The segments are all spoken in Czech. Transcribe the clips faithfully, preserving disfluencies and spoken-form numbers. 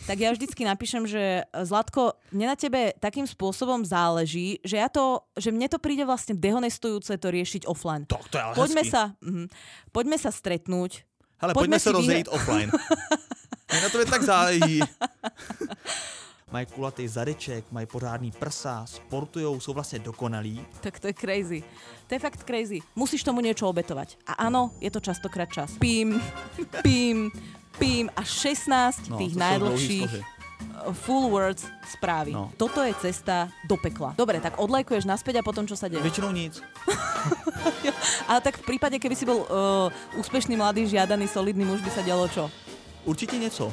tak ja vždycky napíšem, že Zlatko, mne na tebe takým spôsobom záleží, že ja to, že mne to príde vlastne dehonestujúce to riešiť offline. To, to je ale poďme hezký. sa, mm, poďme sa stretnúť. Hele, poďme, poďme sa rozejít vyhr... offline. Mne na tebe tak záleží. Mají kulatý zadeček, mají pořádný prsa, sportujou, jsou vlastně dokonalí. Tak to je crazy. To je fakt crazy. Musíš tomu niečo obetovať. A áno, je to častokrát čas. Pím, pím, pím a šestnásť no, tých najdlhších full words správy. No. Toto je cesta do pekla. Dobre, tak odlajkuješ naspäť a potom čo sa deje? Väčšinou nic. Ale tak v prípade, keby si bol uh, úspešný, mladý, žiadaný, solidný muž, by sa dialo čo? Určite něco.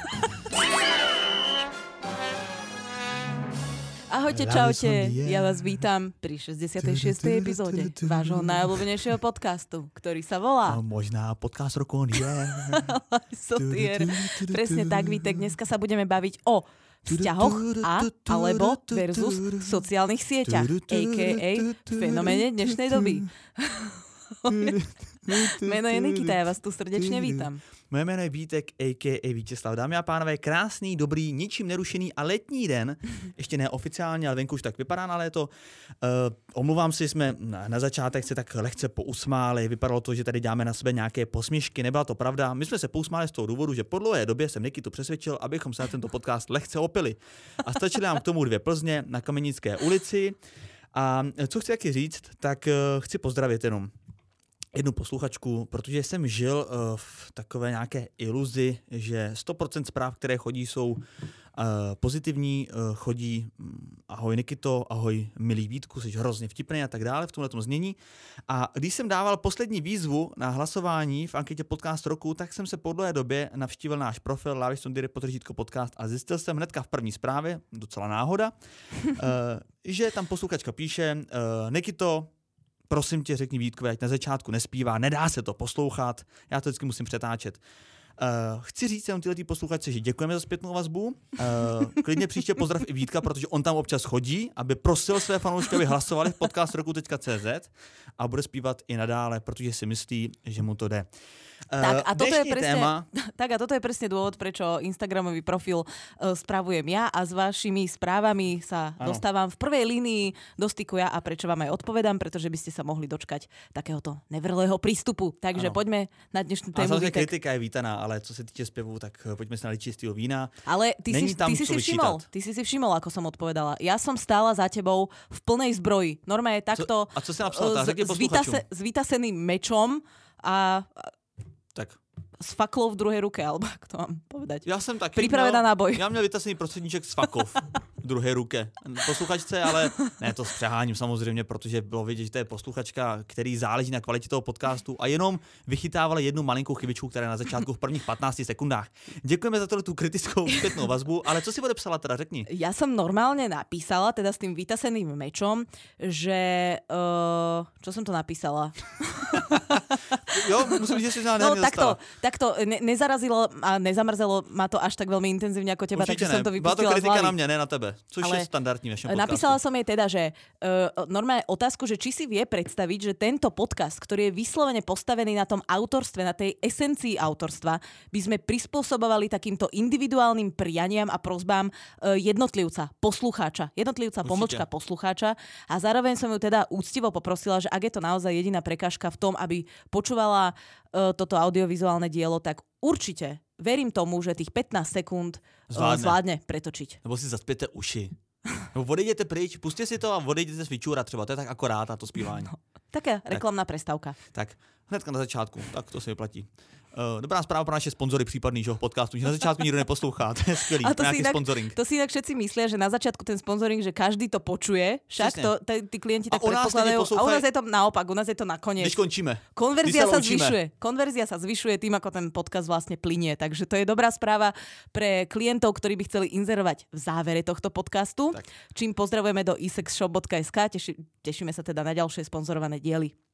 Ahojte, čaute, ja vás vítam pri šesťdesiatej šiestej epizóde vášho najobľúbenejšieho podcastu, ktorý sa volá... No, možná podcast roku je. Sotier. Presne tak, Vítek, dneska sa budeme baviť o vzťahoch a alebo versus sociálnych sieťach, á ká á fenoméne dnešnej doby. Jméno je Nikita, já vás tu srdečně vítám. Moje jméno je Vítek, a ká a Vítězslav. Dámy a pánové, krásný, dobrý, ničím nerušený a letní den. Ještě neoficiálně, ale venku už tak vypadá na léto. Uh, omluvám si, jsme na, na začátek se tak lehce pousmáli. Vypadalo to, že tady děláme na sebe nějaké posměšky. Nebyla to pravda. My jsme se pousmáli z toho důvodu, že po dlouhé době jsem Nikitu přesvědčil, abychom se na tento podcast lehce opili. A stačily nám k tomu dvě Plzně na Kamenické ulici. A co chci taky říct, tak uh, chci pozdravit jenom jednu posluchačku, protože jsem žil uh, v takové nějaké iluzi, že sto procent zpráv, které chodí, jsou uh, pozitivní, uh, chodí um, ahoj Nikito, ahoj milý Vítku, jsi hrozně vtipný a tak dále v tomhletom znění. A když jsem dával poslední výzvu na hlasování v anketě Podcast roku, tak jsem se po dlouhé době navštívil náš profil Láviš Sondyry podržítko podcast a zjistil jsem hnedka v první zprávě, docela náhoda, uh, že tam posluchačka píše uh, Nikito, prosím tě, řekni Vítkovi, ať na začátku nespívá, nedá se to poslouchat, já to vždycky musím přetáčet. Uh, chci říct jenom tyhle posluchačce, že děkujeme za zpětnou vazbu. Uh, klidně příště pozdrav i Vítka, protože on tam občas chodí, aby prosil své fanoušky, aby hlasovali v podcast roku tečka cé zet a bude zpívat i nadále, protože si myslí, že mu to jde. Uh, tak, a toto je presne, téma... tak a toto je presne dôvod, prečo Instagramový profil uh, spravujem ja a s vašimi správami sa ano. dostávam v prvej línii do styku ja a prečo vám aj odpovedám, pretože by ste sa mohli dočkať takéhoto nevrlého prístupu. Takže ano. poďme na dnešnú tému. A samozřejmě kritika je vítaná, ale co se týče zpěvu, tak pojďme se naliť čistého vína. Ale ty si, ty si si všimol, ty si si všimol, ako som odpovedala. Ja som stála za tebou v plnej zbroji. Normálne takto co, a co si napsala? Tak, s, vytase, s vytaseným mečom a tak. s faklou v druhé ruke, alebo jak to mám povedať. Já jsem taky Pripravená na boj. Já měl vytasený prostředníček s fakov v druhé ruke. Posluchačce, ale ne to s přeháním samozřejmě, protože bylo vidět, že to je posluchačka, který záleží na kvalitě toho podcastu a jenom vychytávala jednu malinkou chybičku, která je na začátku v prvních patnácti sekundách. Děkujeme za tohle tu kritickou zpětnou vazbu, ale co si odepsala teda, řekni. Ja som normálne napísala, teda s tým vytaseným mečom, že... Uh, čo som to napísala? Jo, musím říct, že si na No takto, takto ne, nezarazilo a nezamrzelo ma to až tak veľmi intenzívne ako teba, určite takže ne. som to vypustila z hlavy. Byla to kritika na mňa, ne na tebe, což ale je standardní v našom podcastu. Napísala som jej teda, že uh, normálne otázku, že či si vie predstaviť, že tento podcast, ktorý je vyslovene postavený na tom autorstve, na tej esencii autorstva, by sme prispôsobovali takýmto individuálnym prianiam a prosbám uh, jednotlivca, poslucháča, jednotlivca, určite. Pomočka poslucháča a zároveň som ju teda úctivo poprosila, že ak je to naozaj jediná prekážka v tom, aby počúvala uh, toto audiovizuálne dielo, tak určite verím tomu, že tých pätnásť sekúnd zvládne, zvládne pretočiť. Nebo si zaspěte uši. Nebo odejděte pryč, pusťte si to a odejděte z vyčúra třeba, to je tak akorát a to zpívání. No, taká reklamná prestávka. Tak, hnedka na začátku, tak to se vyplatí. Uh, dobrá zpráva pro naše sponzory případný, že podcastu, že na začátku nikdo neposlouchá, to je skvělý, to nějaký inak, sponzoring. To si inak všetci myslia, že na začiatku ten sponzoring, že každý to počuje, však to, t- tí klienti tak predpokladajú. A u nás je to naopak, u nás je to nakoniec. Když končíme. Konverzia sa, sa zvyšuje. Konverzia sa zvyšuje tým, ako ten podcast vlastne plynie, takže to je dobrá správa pre klientov, ktorí by chceli inzerovať v závere tohto podcastu. Tak. Čím pozdravujeme do e sex shop bodka es ká, Teši, tešíme sa teda na ďalšie sponzorované diely.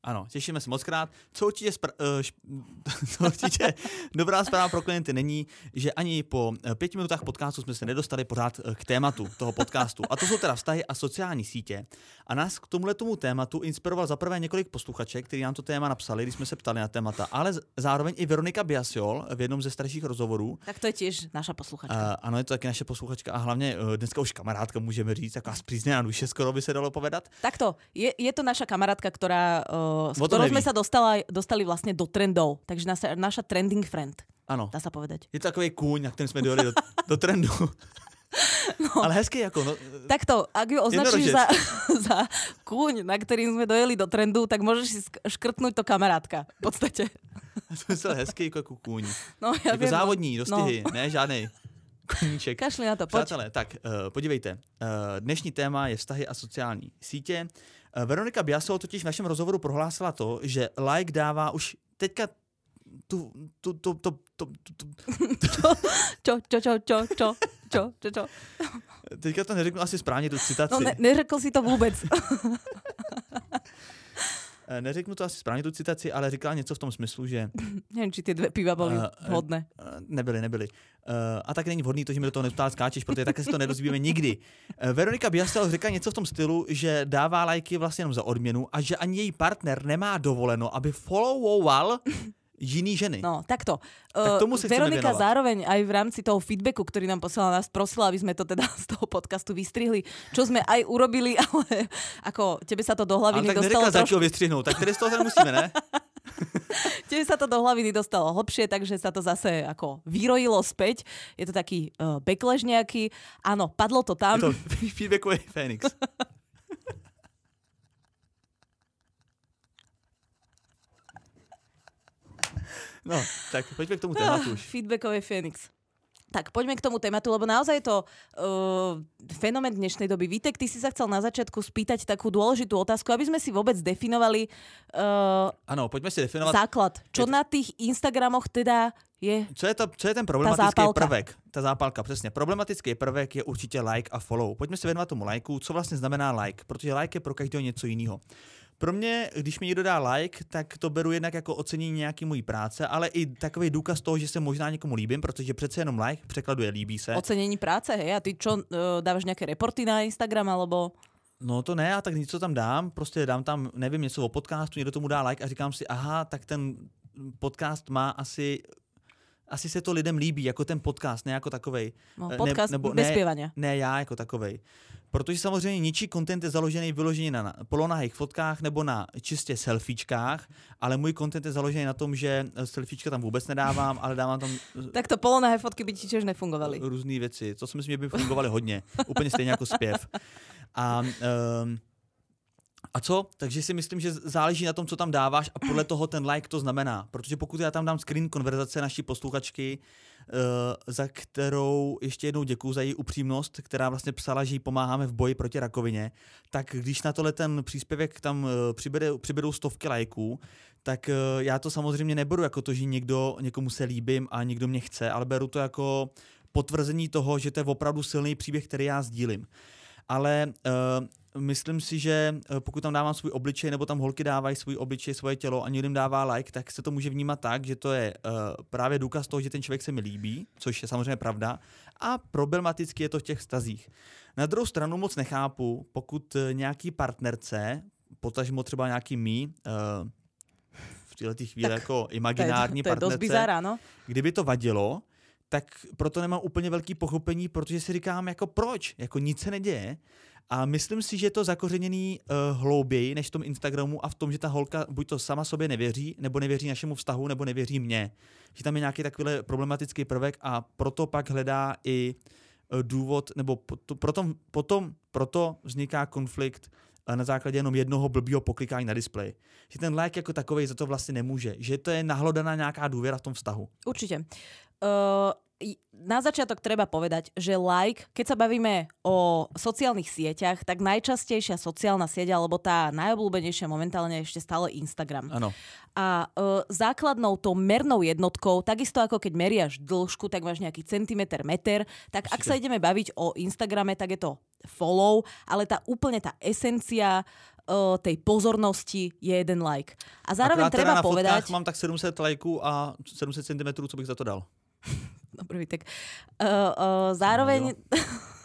Ano, těšíme se moc krát. Co určitě, spra- uh, šp- co určitě dobrá zpráva pro klienty není, že ani po pěti minutách podcastu jsme se nedostali pořád k tématu toho podcastu. A to jsou teda vztahy a sociální sítě. A nás k tomuhle tomu tématu inspiroval zaprvé několik posluchaček, kteří nám to téma napsali, když jsme se ptali na témata, ale zároveň i Veronika Biasiol v jednom ze starších rozhovorů. Tak to je těž naša posluchačka. Uh, ano, je to taky naše posluchačka a hlavně uh, dneska už kamarádka, můžeme říct, taková spřízněná duše, skoro by se dalo povedat. Takto, je, je to naša kamarádka, ktorá, uh, s ktorou sme sa dostala, dostali vlastne do trendov. Takže naša, naša trending friend. Ano. Dá sa povedať. Je to takový kůň, na kterém jsme dojeli do, do trendu. No. Ale hezky jako. No, takto, ak ju označíš za, za kůň, na ktorým sme dojeli do trendu, tak môžeš si škrtnúť to kamarádka. V podstate. To myslel hezky jako kůň. No, ja jako viem, závodní, dostihy, no. ne žádnej koníček. Kašli na to, poď. Přátelé, tak uh, podívejte. Uh, dnešní téma je vztahy a sociální sítě. Uh, Veronika Biasiol totiž v našem rozhovoru prohlásila to, že like dává už teďka tu, tu, tu, tu, tu, tu, tu. Čo, čo, čo, čo, čo, čo, čo, čo. Teďka to neřeknu asi správně tu citaci. No ne, neřekl si to vůbec. Neřeknu to asi správně tu citaci, ale říkala něco v tom smyslu, že... Nevím, či ty dvě piva byly uh, vhodné. Uh, nebyly, nebyly. Uh, a tak není vhodný to, že mi do toho neustále skáčeš, protože také si to nedozvíme nikdy. Uh, Veronika Biasiol řekla něco v tom stylu, že dává lajky vlastně jenom za odměnu a že ani její partner nemá dovoleno, aby followoval jiný ženy. No, takto. Tak tomu se Veronika věnovat. zároveň aj v rámci toho feedbacku, ktorý nám poslala, nás prosila, aby sme to teda z toho podcastu vystrihli, čo sme aj urobili, ale ako tebe sa to do hlavy nedostalo. Ale tak nedostalo neřekla, trošku... vystřihnout, tak tedy z toho nemusíme, ne? Tebe sa to do hlavy nedostalo hlbšie, takže sa to zase ako vyrojilo späť. Je to taký uh, backlash nejaký. Áno, padlo to tam. Je to feedbackový Fénix. No, tak poďme k tomu tématu už. Feedbackový Fénix. Tak poďme k tomu tématu, lebo naozaj je to uh, fenomén dnešnej doby. Vítek, ty si sa chcel na začiatku spýtať takú dôležitú otázku, aby sme si vôbec definovali uh, ano, poďme si definovat základ. Čo na tých Instagramoch teda je? Co je, to, co je ten problematický prvek? Ta zápalka, přesně. Problematický prvek je určitě like a follow. Pojďme se věnovat tomu lajku. Co vlastně znamená like? Protože like je pro každého něco jiného. Pro mě, když mi někdo dá like, tak to beru jednak jako ocenění nějaký mojí práce, ale i takový důkaz toho, že se možná někomu líbím, protože přece jenom like v překladu je líbí se. Ocenění práce, hej? A ty čo, uh, dáváš nějaké reporty na Instagram, alebo... No to ne, a tak něco tam dám, prostě dám tam, nevím, něco o podcastu, někdo tomu dá like a říkám si, aha, tak ten podcast má asi... Asi se to lidem líbí, jako ten podcast, ne jako takovej. No, podcast ne, nebo bez ne, zpěvania. Ne já jako takovej. Protože samozřejmě ničí content je založený vyloženě na polonahých fotkách nebo na čistě selfiečkách, ale můj content je založený na tom, že selfiečka tam vůbec nedávám, ale dávám tam... Tak to polonahé fotky by ti tiež nefungovaly. Různý věci, to si myslím, že by fungovaly hodně. Úplně stejně jako zpěv. A... Um, A co? Takže si myslím, že záleží na tom, co tam dáváš a podle toho ten like to znamená. Protože pokud já tam dám screen konverzace naší posluchačky, uh, za kterou ještě jednou děkuju za její upřímnost, která vlastně psala, že jí pomáháme v boji proti rakovině, tak když na tohle ten příspěvek tam uh, přibere, přibedou stovky lajků, tak uh, já to samozřejmě neberu jako to, že někdo, někomu se líbím a někdo mě chce, ale beru to jako potvrzení toho, že to je opravdu silný příběh, který já sdílím. Ale uh, myslím si, že pokud tam dávám svůj obličej, nebo tam holky dávají svůj obličej, svoje tělo a někdo jim dává like, tak se to může vnímat tak, že to je uh, právě důkaz toho, že ten člověk se mi líbí, což je samozřejmě pravda, a problematicky je to v těch vztazích. Na druhou stranu moc nechápu, pokud nějaký partnerce, potažmo třeba nějaký mý, uh, v této chvíli tak jako imaginární to je, to je partnerce, bizará, no? Kdyby to vadilo, tak proto nemám úplně velký pochopení, protože si říkám, jako proč, jako nic se neděje. A myslím si, že je to zakořeněný uh, hlouběji než v tom Instagramu a v tom, že ta holka buď to sama sobě nevěří, nebo nevěří našemu vztahu, nebo nevěří mně. Že tam je nějaký takový problematický prvek a proto pak hledá i uh, důvod, nebo to, proto, potom, proto vzniká konflikt uh, na základě jenom jednoho blbýho poklikání na displeji. Že ten like jako takovej za to vlastně nemůže. Že to je nahlodaná nějaká důvěra v tom vztahu. Určitě. Uh, na začiatok treba povedať, že like, keď sa bavíme o sociálnych sieťach, tak najčastejšia sociálna sieť, alebo tá najobľúbenejšia momentálne je ešte stále Instagram. Ano. A e, základnou tou mernou jednotkou, takisto ako keď meriaš dĺžku, tak máš nejaký centimeter, meter, tak Určite. Ak sa ideme baviť o Instagrame, tak je to follow, ale tá úplne tá esencia uh, tej pozornosti je jeden like. A zároveň Akrát treba teda na povedať... fotkách mám tak sedm set lajků a sedm set centimetrů, co bych za to dal. Dobrý, tak uh, uh, zároveň... No,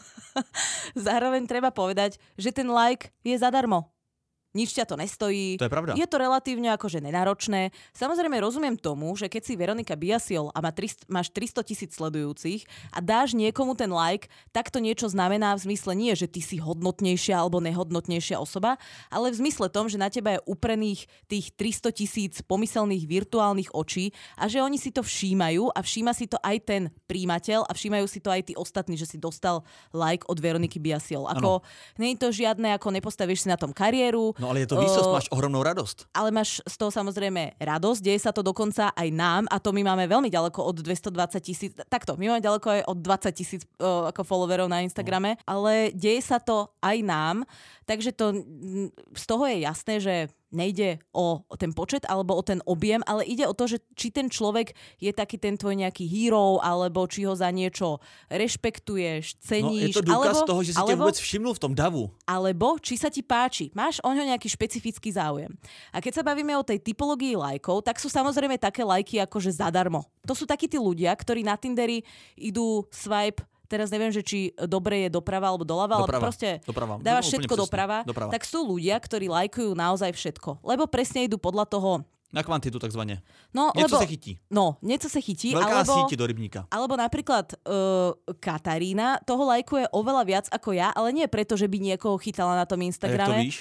zároveň treba povedať, že ten like je zadarmo. Nič ťa to nestojí. To je pravda. Je to relatívne akože nenáročné. Samozrejme rozumiem tomu, že keď si Veronika Biasiol a má tristo, máš tristo tisíc sledujúcich a dáš niekomu ten like, tak to niečo znamená v zmysle nie, že ty si hodnotnejšia alebo nehodnotnejšia osoba, ale v zmysle tom, že na teba je uprených tých tristo tisíc pomyselných virtuálnych očí a že oni si to všímajú a všíma si to aj ten príjimateľ a všímajú si to aj tí ostatní, že si dostal like od Veroniky Biasiol. Ako, nie je to žiadne, ako nepostavíš si na tom kariéru. No ale je to výsost, máš ohromnou radost. Ale máš z toho samozrejme radosť, deje sa to dokonca aj nám a to my máme veľmi ďaleko od dvestodvadsať tisíc, takto, my máme ďaleko aj od dvadsať tisíc uh, ako followerov na Instagrame, no. Ale deje sa to aj nám, takže to, z toho je jasné, že nejde o ten počet alebo o ten objem, ale ide o to, že či ten človek je taký ten tvoj nejaký hero, alebo či ho za niečo rešpektuješ, ceníš. No, je to dôkaz alebo, toho, že si alebo, ťa vôbec všimnul v tom davu. Alebo či sa ti páči. Máš o ňo nejaký špecifický záujem. A keď sa bavíme o tej typológii lajkov, tak sú samozrejme také lajky akože zadarmo. To sú takí tí ľudia, ktorí na Tinderi idú swipe. Teraz neviem, že či dobre je doprava alebo doľava, ale proste doprava. dávaš všetko presne. doprava, doprava. Tak sú ľudia, ktorí lajkujú naozaj všetko. Lebo presne idú podľa toho... Na kvantitu takzvaně. No, něco lebo, se chytí. No, něco se chytí. Veľká alebo, síť do rybníka. Alebo napríklad uh, Katarína toho lajkuje oveľa viac ako ja, ale nie preto, že by niekoho chytala na tom Instagrame. A jak to víš?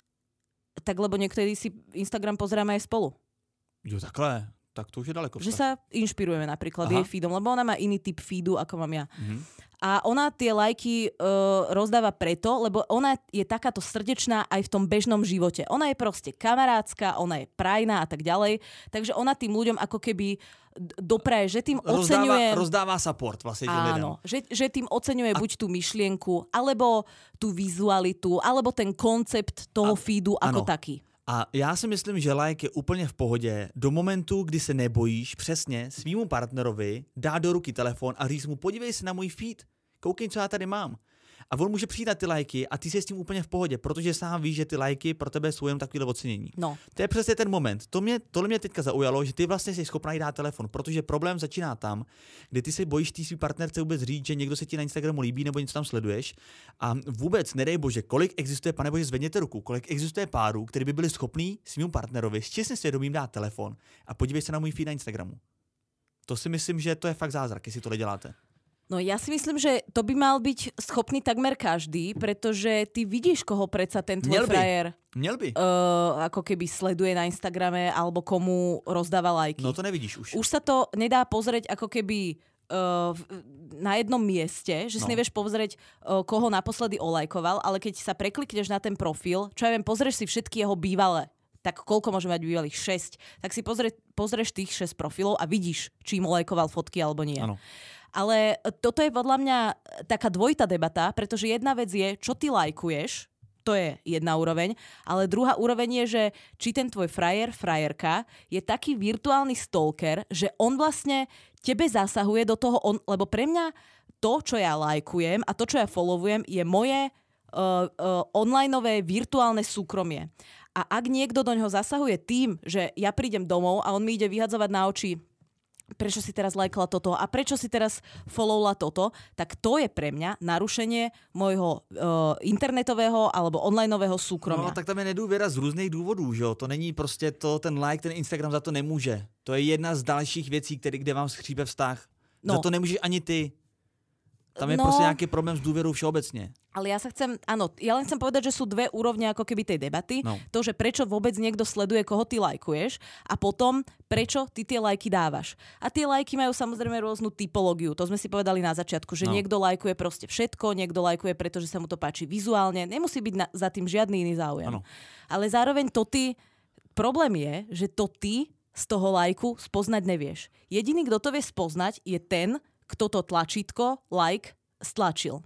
Tak lebo niektorí si Instagram pozeráme aj spolu. Jo, takhle. Tak to už je daleko. Že sa inšpirujeme napríklad Aha. jej feedom, lebo ona má iný typ feedu, ako mám ja. Mhm. A ona tie lajky uh, rozdáva preto, lebo ona je takáto srdečná aj v tom bežnom živote. Ona je proste kamarátska, ona je prajná a tak ďalej. Takže ona tým ľuďom ako keby dopraje, že tým oceňuje... Rozdává, rozdává support vlastne tým ľuďom. Áno, že, že tým oceňuje a... buď tú myšlienku, alebo tú vizualitu, alebo ten koncept toho a... feedu ako ano. Taký. A já si myslím, že like je úplně v pohodě do momentu, kdy se nebojíš přesně svýmu partnerovi dát do ruky telefon a říct mu, podívej se na můj feed, koukej, co já tady mám. A on může přijít na ty lajky a ty jsi s tím úplně v pohodě, protože sám víš, že ty lajky pro tebe jsou jen takovýhle ocenění. No. To je přesně ten moment. To mě, tohle mě teďka zaujalo, že ty vlastně jsi schopná jí dát telefon, protože problém začíná tam, kdy ty se bojíš tý svý partnerce vůbec říct, že někdo se ti na Instagramu líbí nebo něco tam sleduješ. A vůbec nedej bože, kolik existuje, pane bože, zvedněte ruku, kolik existuje párů, kteří by byli schopní svým partnerovi s čistým svědomím dát telefon a podívej se na můj feed na Instagramu. To si myslím, že to je fakt zázrak, jestli tohle děláte. No ja si myslím, že to by mal byť schopný takmer každý, pretože ty vidíš, koho predsa ten tvoj Měl by. frajer Měl by. Uh, ako keby sleduje na Instagrame alebo komu rozdáva lajky. No to nevidíš už. Už sa to nedá pozrieť ako keby uh, na jednom mieste, že si no. nevieš pozrieť, uh, koho naposledy olajkoval, ale keď sa preklikneš na ten profil, čo ja viem, pozrieš si všetky jeho bývalé, tak koľko môže mať bývalých? šesť. Tak si pozrie, pozrieš tých šesť profilov a vidíš, či im olajkoval fotky alebo nie. Áno. Ale toto je podľa mňa taká dvojitá debata, pretože jedna vec je, čo ty lajkuješ, to je jedna úroveň, ale druhá úroveň je, že či ten tvoj frajer, frajerka je taký virtuálny stalker, že on vlastne tebe zasahuje do toho, on, lebo pre mňa to, čo ja lajkujem a to, čo ja followujem, je moje uh, uh, onlineové virtuálne súkromie. A ak niekto do ňoho zasahuje tým, že ja prídem domov a on mi ide vyhadzovať na oči, prečo si teraz lajkla toto a prečo si teraz followla toto, tak to je pre mňa narušenie môjho uh, internetového alebo onlineového súkromia. No tak tam je nedůvěra z různých důvodů, že jo? To není prostě to, ten like, ten Instagram za to nemůže. To je jedna z dalších věcí, který, kde vám skřípe vztah. No. Za to nemůžeš ani ty. Tam je no, prostě nějaký problém s důvěrou všeobecně. Ale ja sa chcem, áno, ja len chcem povedať, že sú dve úrovne ako keby tej debaty. No. To, že prečo vôbec niekto sleduje, koho ty lajkuješ a potom, prečo ty tie lajky dávaš. A tie lajky majú samozrejme rôznu typológiu. To sme si povedali na začiatku, že no. niekto lajkuje proste všetko, niekto lajkuje, pretože sa mu to páči vizuálne. Nemusí byť na, za tým žiadny iný záujem. Ano. Ale zároveň to ty, problém je, že to ty z toho lajku spoznať nevieš. Jediný, kto to vie spoznať, je ten, kto to tlačítko, like, stlačil.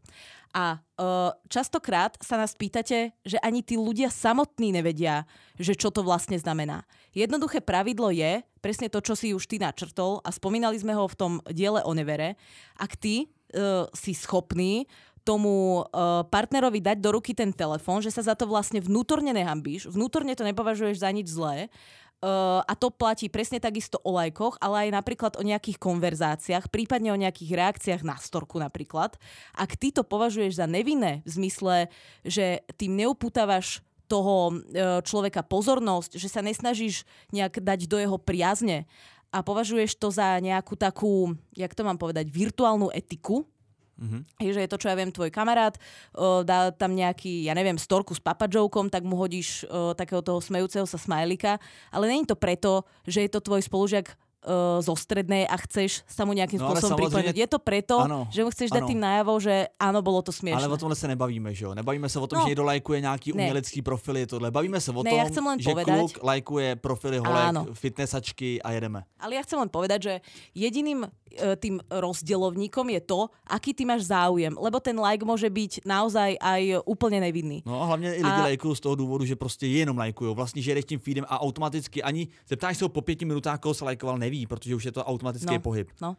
A uh, častokrát sa nás pýtate, že ani tí ľudia samotní nevedia, že čo to vlastne znamená. Jednoduché pravidlo je presne to, čo si už ty načrtol a spomínali sme ho v tom diele o nevere. Ak ty uh, si schopný tomu uh, partnerovi dať do ruky ten telefón, že sa za to vlastne vnútorne nehambíš, vnútorne to nepovažuješ za nič zlé, Uh, a to platí presne takisto o lajkoch, ale aj napríklad o nejakých konverzáciách, prípadne o nejakých reakciách na storku napríklad. Ak ty to považuješ za nevinné v zmysle, že tým neuputávaš toho uh, človeka pozornosť, že sa nesnažíš nejak dať do jeho priazne a považuješ to za nejakú takú, jak to mám povedať, virtuálnu etiku, Mm-hmm. že je to, čo ja viem, tvoj kamarát, uh, dá tam nejaký, ja neviem, storku s papajokom, tak mu hodíš uh, takého toho smejúceho sa smajlika, ale není to preto, že je to tvoj spolužiak uh, zo strednej a chceš sa mu nejakým no, spôsobom pripomenúť. Je to preto, ano, že mu chceš ano. dať tým najavo, že áno, bolo to smiešné. Ale o tomhle se nebavíme, že jo? Nebavíme se o tom, no, že někdo lajkuje nějaký ne. umělecký profily, tohle. Bavíme se o ne, tom, ja že povedať, kluk lajkuje profily holek, áno. fitnessačky a jedeme. Ale ja chcem len povedať, že jediným tým rozdeľovníkom je to, aký ty máš záujem, lebo ten like môže byť naozaj aj úplne nevinný. No a hlavně i lidi a... lajkují z toho důvodu, že prostě jenom lajkují. Vlastně, že jdeš tím feedem a automaticky ani zeptáš se ho po pěti minutách, koho se lajkoval, neví, protože už je to automatický no, pohyb. No.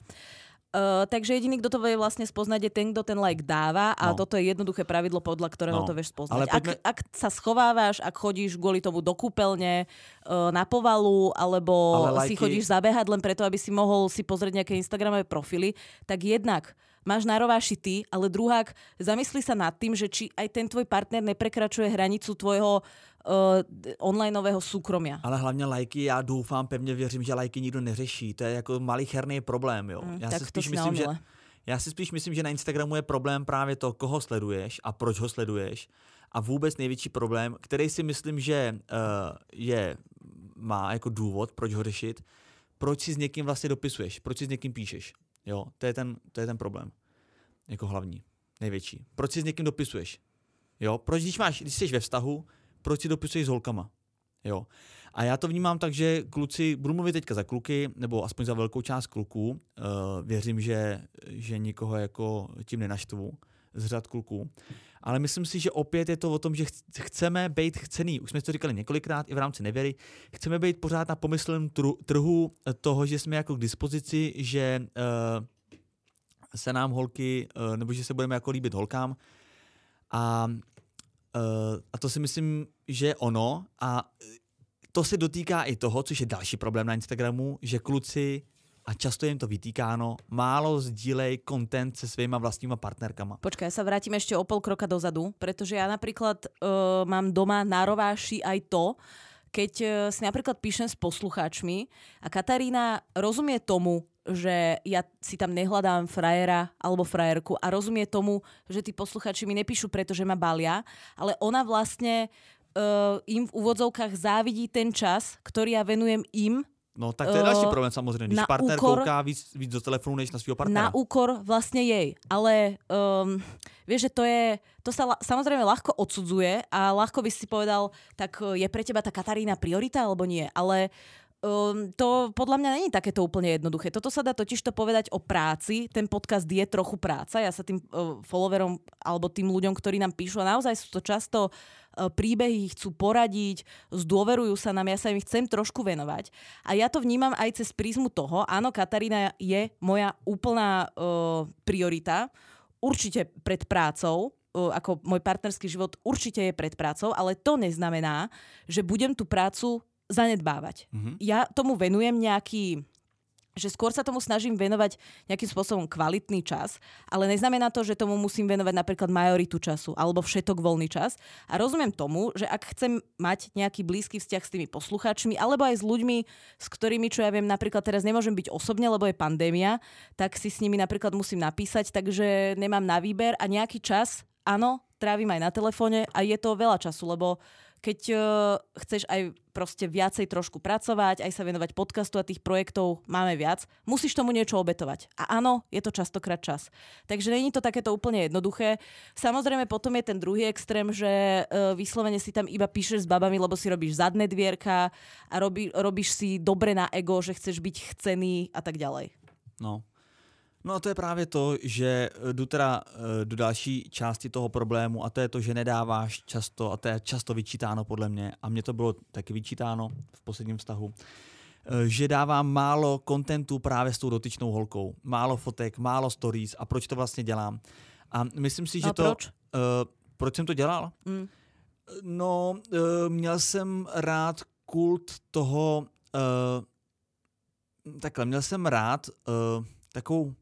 Uh, takže jediný, kto to vie vlastne spoznať, je ten, kto ten like dáva a no. toto je jednoduché pravidlo, podľa ktorého no. to vieš spoznať. Poďme... Ak, ak sa schovávaš, ak chodíš kvôli tomu do kúpeľne, uh, na povalu, alebo lajky... si chodíš zabehať len preto, aby si mohol si pozrieť nejaké Instagramové profily, tak jednak máš na rováši ty, ale druhák, zamysli sa nad tým, že či aj ten tvoj partner neprekračuje hranicu tvojho Uh, onlineového súkromia. Ale hlavně lajky, já doufám, pevně věřím, že lajky nikdo neřeší. To je jako malicherný problém, jo. Mm, já, si spíš myslím, že, já si spíš myslím, že na Instagramu je problém právě to, koho sleduješ a proč ho sleduješ. A vůbec největší problém, který si myslím, že uh, je, má jako důvod, proč ho řešit, proč si s někým vlastně dopisuješ, proč si s někým píšeš. Jo, to je ten, to je ten problém. Jako hlavní, největší. Proč si s někým dopisuješ? Jo, proč když máš, když jsi ve vztahu, proč si dopisuješ s holkama. Jo. A já to vnímám tak, že kluci, budu mluvit teďka za kluky, nebo aspoň za velkou část kluků, uh, věřím, že, že nikoho jako tím nenaštvu z řad kluků, ale myslím si, že opět je to o tom, že chceme být chcený, už jsme to říkali několikrát i v rámci nevěry, chceme být pořád na pomyslném trhu toho, že jsme jako k dispozici, že uh, se nám holky, uh, nebo že se budeme jako líbit holkám a Uh, a to si myslím, že je ono a to se dotýká i toho, což je další problém na Instagramu, že kluci, a často jim to vytýkáno, málo sdílej content se svýma vlastníma partnerkama. Počkaj, ja sa vrátim ešte o pol kroka dozadu, pretože ja napríklad uh, mám doma na rováši aj to, keď uh, si napríklad píšem s poslucháčmi a Katarína rozumie tomu, že ja si tam nehľadám frajera alebo frajerku a rozumie tomu, že tí posluchači mi nepíšu, pretože ma balia, ale ona vlastne uh, im v úvodzovkách závidí ten čas, ktorý ja venujem im. No tak to je uh, další problém samozřejmě, když partner úkor, kouká víc, víc do telefonu než na svého partnera. Na úkor vlastne jej, ale um, vieš, že to je, to sa la, samozrejme ľahko odsudzuje a ľahko by si povedal, tak je pre teba tá Katarína priorita alebo nie, ale Um, to podľa mňa není takéto úplne jednoduché. Toto sa dá totiž to povedať o práci. Ten podcast je trochu práca. Ja sa tým uh, followerom alebo tým ľuďom, ktorí nám píšu, a naozaj sú to často uh, príbehy, chcú poradiť, zdôverujú sa nám, ja sa im chcem trošku venovať. A ja to vnímam aj cez prízmu toho, áno, Katarína je moja úplná uh, priorita, určite pred prácou, uh, ako môj partnerský život určite je pred prácou, ale to neznamená, že budem tú prácu zanedbávať. Mm-hmm. Ja tomu venujem nejaký, že skôr sa tomu snažím venovať nejakým spôsobom kvalitný čas, ale neznamená to, že tomu musím venovať napríklad majoritu času alebo všetok voľný čas. A rozumiem tomu, že ak chcem mať nejaký blízky vzťah s tými poslucháčmi alebo aj s ľuďmi, s ktorými, čo ja viem, napríklad teraz nemôžem byť osobne, lebo je pandémia, tak si s nimi napríklad musím napísať, takže nemám na výber a nejaký čas, áno, trávim aj na telefóne a je to veľa času, lebo keď uh, chceš aj proste viacej trošku pracovať, aj sa venovať podcastu a tých projektov máme viac, musíš tomu niečo obetovať. A áno, je to častokrát čas. Takže není to takéto úplne jednoduché. Samozrejme potom je ten druhý extrém, že uh, vyslovene si tam iba píšeš s babami, lebo si robíš zadné dvierka a robí, robíš si dobre na ego, že chceš byť chcený a tak ďalej. No. No to je právě to, že jdu teda do další části toho problému a to je to, že nedáváš často a to je často vyčítáno podle mě a mě to bylo taky vyčítáno v posledním vztahu, že dávám málo kontentu právě s tou dotyčnou holkou. Málo fotek, málo stories a proč to vlastně dělám. A myslím si, že no, to... Proč? Uh, proč jsem to dělal? Mm. No, uh, měl jsem rád kult toho... Uh, takhle, měl jsem rád uh, takovou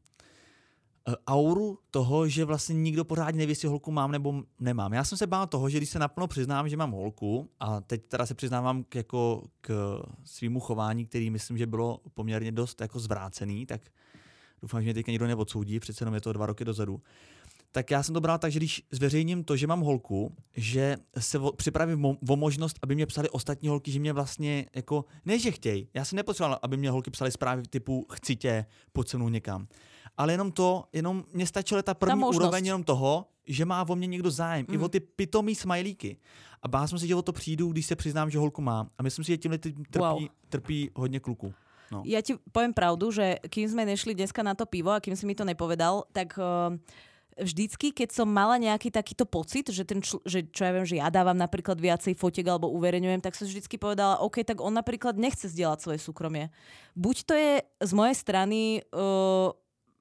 auru toho, že vlastně nikdo pořádně neví, jestli holku mám nebo nemám. Já jsem se bál toho, že když se naplno přiznám, že mám holku, a teď teda se přiznávám k, jako, k svýmu chování, který myslím, že bylo poměrně dost jako zvrácený, tak doufám, že mě teďka nikdo neodsoudí, přece jenom je to dva roky dozadu. Tak já jsem to bral tak, že když zveřejním to, že mám holku, že se o, připravím o, o možnost, aby mě psali ostatní holky, že mě vlastně jako, ne že chtějí. Já jsem nepotřeboval, aby mě holky psali zprávy typu chci tě, pojď se mnou někam. Ale jenom to, jenom mě stačila ta první ta úroveň jenom toho, že má o mě někdo zájem. Mm. I o ty pitomý smajlíky. A bál jsem si, že o to přijdu, když se přiznám, že holku mám. A myslím si, že tímhle trpí, wow. trpí hodně kluků. No. Ja ti poviem pravdu, že kým sme nešli dneska na to pivo a kým si mi to nepovedal, tak uh, vždycky, keď som mala nejaký takýto pocit, že, ten čl- že čo ja viem, že ja dávam napríklad viacej fotiek alebo uverejňujem, tak som vždycky povedala, OK, tak on napríklad nechce zdieľať svoje súkromie. Buď to je z mojej strany uh,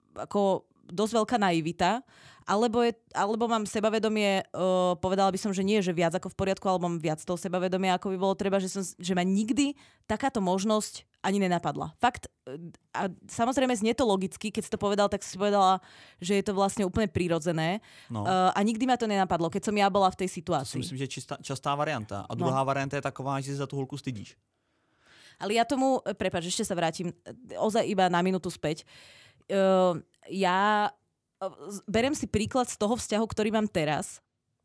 ako dosť veľká naivita, alebo, je, alebo mám sebavedomie, uh, povedala by som, že nie, že viac ako v poriadku, alebo mám viac toho sebavedomia, ako by bolo treba, že, som, že ma nikdy takáto možnosť ani nenapadla. Fakt, a samozrejme znie to logicky, keď si to povedal, tak si povedala, že je to vlastne úplne prirodzené. No. Uh, a nikdy ma to nenapadlo, keď som ja bola v tej situácii. To si myslím, že je čistá, častá varianta. A druhá no. varianta je taková, že si za tú holku stydíš. Ale ja tomu, prepáč, ešte sa vrátim ozaj iba na minútu späť. Uh, ja berem si príklad z toho vzťahu, ktorý mám teraz.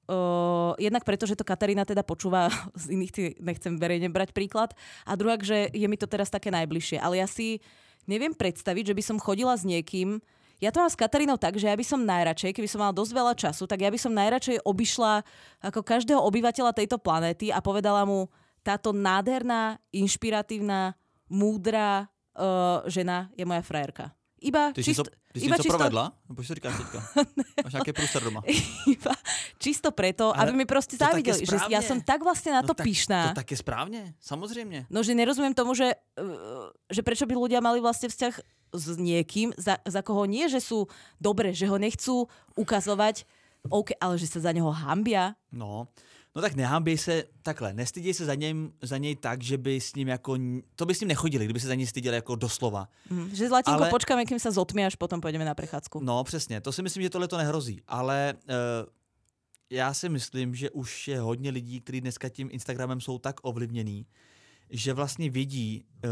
Uh, jednak preto, že to Katarína teda počúva, z iných ty nechcem verejne brať príklad. A druhá, že je mi to teraz také najbližšie. Ale ja si neviem predstaviť, že by som chodila s niekým. Ja to mám s Katarínou tak, že ja by som najradšej, keby som mala dosť veľa času, tak ja by som najradšej obišla ako každého obyvateľa tejto planéty a povedala mu, táto nádherná, inšpiratívna, múdra uh, žena je moja frajerka. Iba ty čisto... Si to, ty si iba to čisto... provedla? Nebo čo říkáš teďka? Máš nejaké prúser doma? Iba čisto preto, ale aby mi proste závideli. Že ja som tak vlastne na no to tak, pyšná. To tak je správne, samozrejme. No, že nerozumiem tomu, že, že prečo by ľudia mali vlastne vzťah s niekým, za, za koho nie, že sú dobre, že ho nechcú ukazovať, OK, ale že sa za neho hambia. No, no tak nehambej se, takhle, nestyděj se za, něm, za něj tak, že by s ním jako, to by s ním nechodili, kdyby se za něj styděli jako doslova. Mm, že Zlatinko, ale... počkáme, kým sa zotmie, až potom pôjdeme na prechádzku. No, přesně, to si myslím, že tohle to nehrozí, ale uh, já si myslím, že už je hodně lidí, kteří dneska tím Instagramem jsou tak ovlivněný, že vlastně vědí uh,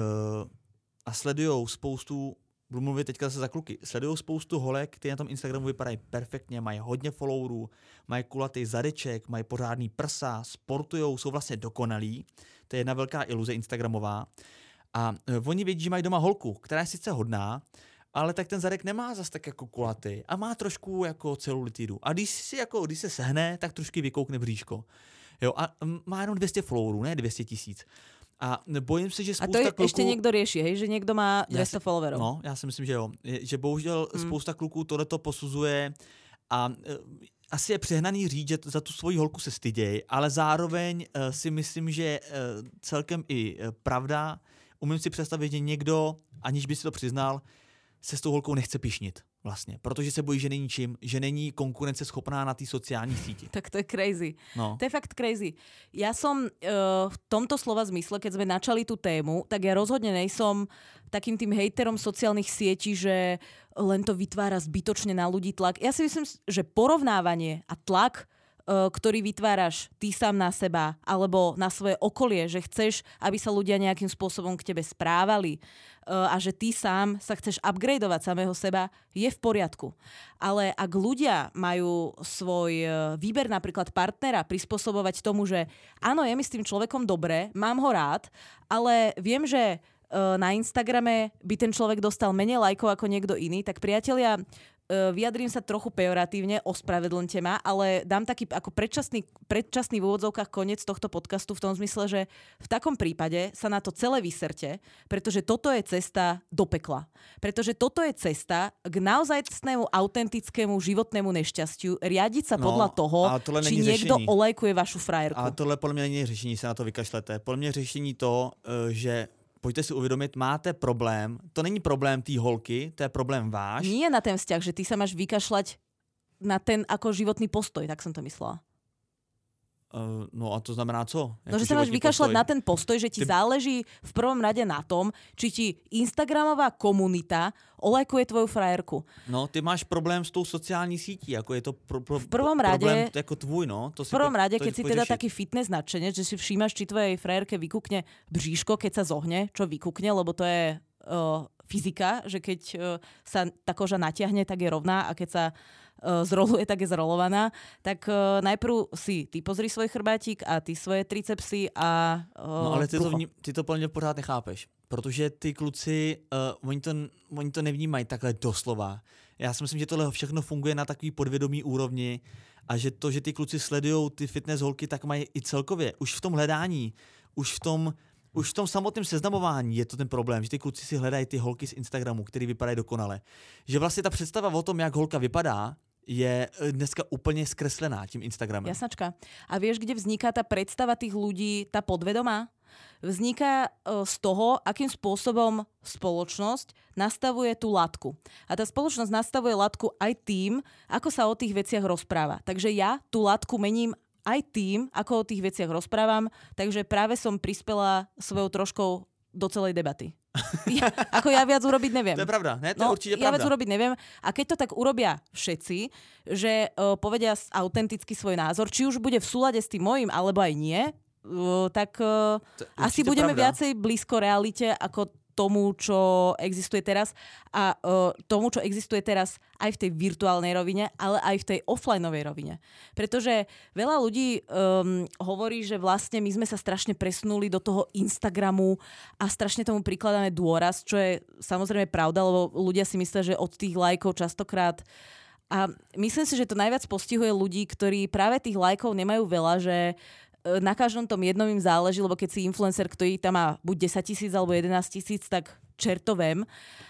a sledujou spoustu, budu mluvit teďka zase za kluky, sledujou spoustu holek, které na tom Instagramu vypadají perfektně, mají hodně followerů, mají kulatý zadeček, mají pořádný prsa, sportujou, jsou vlastně dokonalí. To je jedna velká iluze instagramová. A uh, oni vědí, že mají doma holku, která je sice hodná, ale tak ten zadek nemá zas tak jako kulatý a má trošku jako celulitidu. A když si jako, když se sehne, tak trošku vykoukne bříško. Jo, a má jenom dvě stě followerů, ne dvě stě tisíc. A bojím se, že spousta kluků... A to kluků... ještě někdo řeší, hej? Že někdo má dvě stě followerů. No, já si myslím, že jo. Že bohužel mm. spousta kluků tohleto posuzuje a uh, asi je přehnaný říct, že za tu svoji holku se styděj, ale zároveň uh, si myslím, že uh, celkem i uh, pravda. Umím si představit, že někdo, aniž by si to přiznal, se s tou holkou nechce pišnit vlastně, protože se bojí, že není čím, že není konkurence schopná na té sociální síti. Tak to je crazy. No. To je fakt crazy. Ja som uh, v tomto slova zmysle, keď sme načali tú tému, tak ja rozhodne nejsom takým tým hejterom sociálnych sietí, že len to vytvára zbytočne na ľudí tlak. Ja si myslím, že porovnávanie a tlak, ktorý vytváraš ty sám na seba alebo na svoje okolie, že chceš, aby sa ľudia nejakým spôsobom k tebe správali a že ty sám sa chceš upgradeovať samého seba, je v poriadku. Ale ak ľudia majú svoj výber napríklad partnera prispôsobovať tomu, že áno, je mi s tým človekom dobre, mám ho rád, ale viem, že na Instagrame by ten človek dostal menej lajkov ako niekto iný, tak priatelia, vyjadrím sa trochu pejoratívne, ospravedlňte ma, ale dám taký ako predčasný, predčasný v úvodzovkách koniec tohto podcastu v tom zmysle, že v takom prípade sa na to celé vyserte, pretože toto je cesta do pekla. Pretože toto je cesta k naozajstnému, autentickému životnému nešťastiu, riadiť sa no, podľa toho, či niekto řešení. olajkuje vašu frajerku. A tohle podle mě není řešení, se na to vykašlete. Podle mě řešení to, že pojďte si uvědomit, máte problém, to není problém té holky, to je problém váš. Nie na ten vzťah, že ty sa máš vykašľať na ten ako životný postoj, tak som to myslela. Uh, no a to znamená co? No, že sa máš vykašľať na ten postoj, že ti Ty... záleží v prvom rade na tom, či ti Instagramová komunita olajkuje tvoju frajerku. No, ty máš problém s tou sociální sítí, jako je to pro, pro, v prvom rade, problém jako tvůj, no. To v prvom si rade, to, keď si teda taký fitness nadšenec, že si všímaš, či tvojej frajerke vykúkne bříško, keď sa zohne, čo vykúkne, lebo to je uh, fyzika, že keď uh, sa tá koža natiahne, tak je rovná a keď sa zroluje, tak je zrolovaná, tak uh, najprv si ty pozri svoj chrbátik a ty svoje tricepsy a uh, no ale ty to, vní, ty to plně pořád nechápeš, protože ty kluci, uh, oni, to, oni to nevnímají takhle doslova. Já si myslím, že tohle všechno funguje na takový podvědomý úrovni a že to, že ty kluci sledujou ty fitness holky, tak mají i celkově. Už v tom hledání, už v tom Už v tom samotném seznamování je to ten problém, že ty kluci si hledají ty holky z Instagramu, které vypadají dokonale. Že vlastně ta představa o tom, jak holka vypadá, je dneska úplně zkreslená tím Instagramem. Jasnačka. A vieš, kde vzniká tá predstava tých ľudí, tá podvedomá? Vzniká z toho, akým spôsobom spoločnosť nastavuje tú latku. A tá spoločnosť nastavuje latku aj tým, ako sa o tých veciach rozpráva. Takže ja tú latku mením aj tým, ako o tých veciach rozprávam, takže práve som prispela svojou troškou do celej debaty. Ja, ako ja viac urobiť neviem. To je pravda, ne? To no, je určite ja pravda. viac urobiť neviem. A keď to tak urobia všetci, že uh, povedia autenticky svoj názor, či už bude v súlade s tým mojím, alebo aj nie, uh, tak uh, asi budeme pravda. Viacej blízko realite ako tomu, čo existuje teraz a uh, tomu, čo existuje teraz aj v tej virtuálnej rovine, ale aj v tej offlineovej rovine. Pretože veľa ľudí um, hovorí, že vlastne my sme sa strašne presunuli do toho Instagramu a strašne tomu prikladáme dôraz, čo je samozrejme pravda, lebo ľudia si myslia, že od tých lajkov častokrát a myslím si, že to najviac postihuje ľudí, ktorí práve tých lajkov nemajú veľa, že na každom tom jednom im záleží, lebo keď si influencer, ktorý tam má buď desať tisíc alebo jedenásť tisíc, tak čertovém.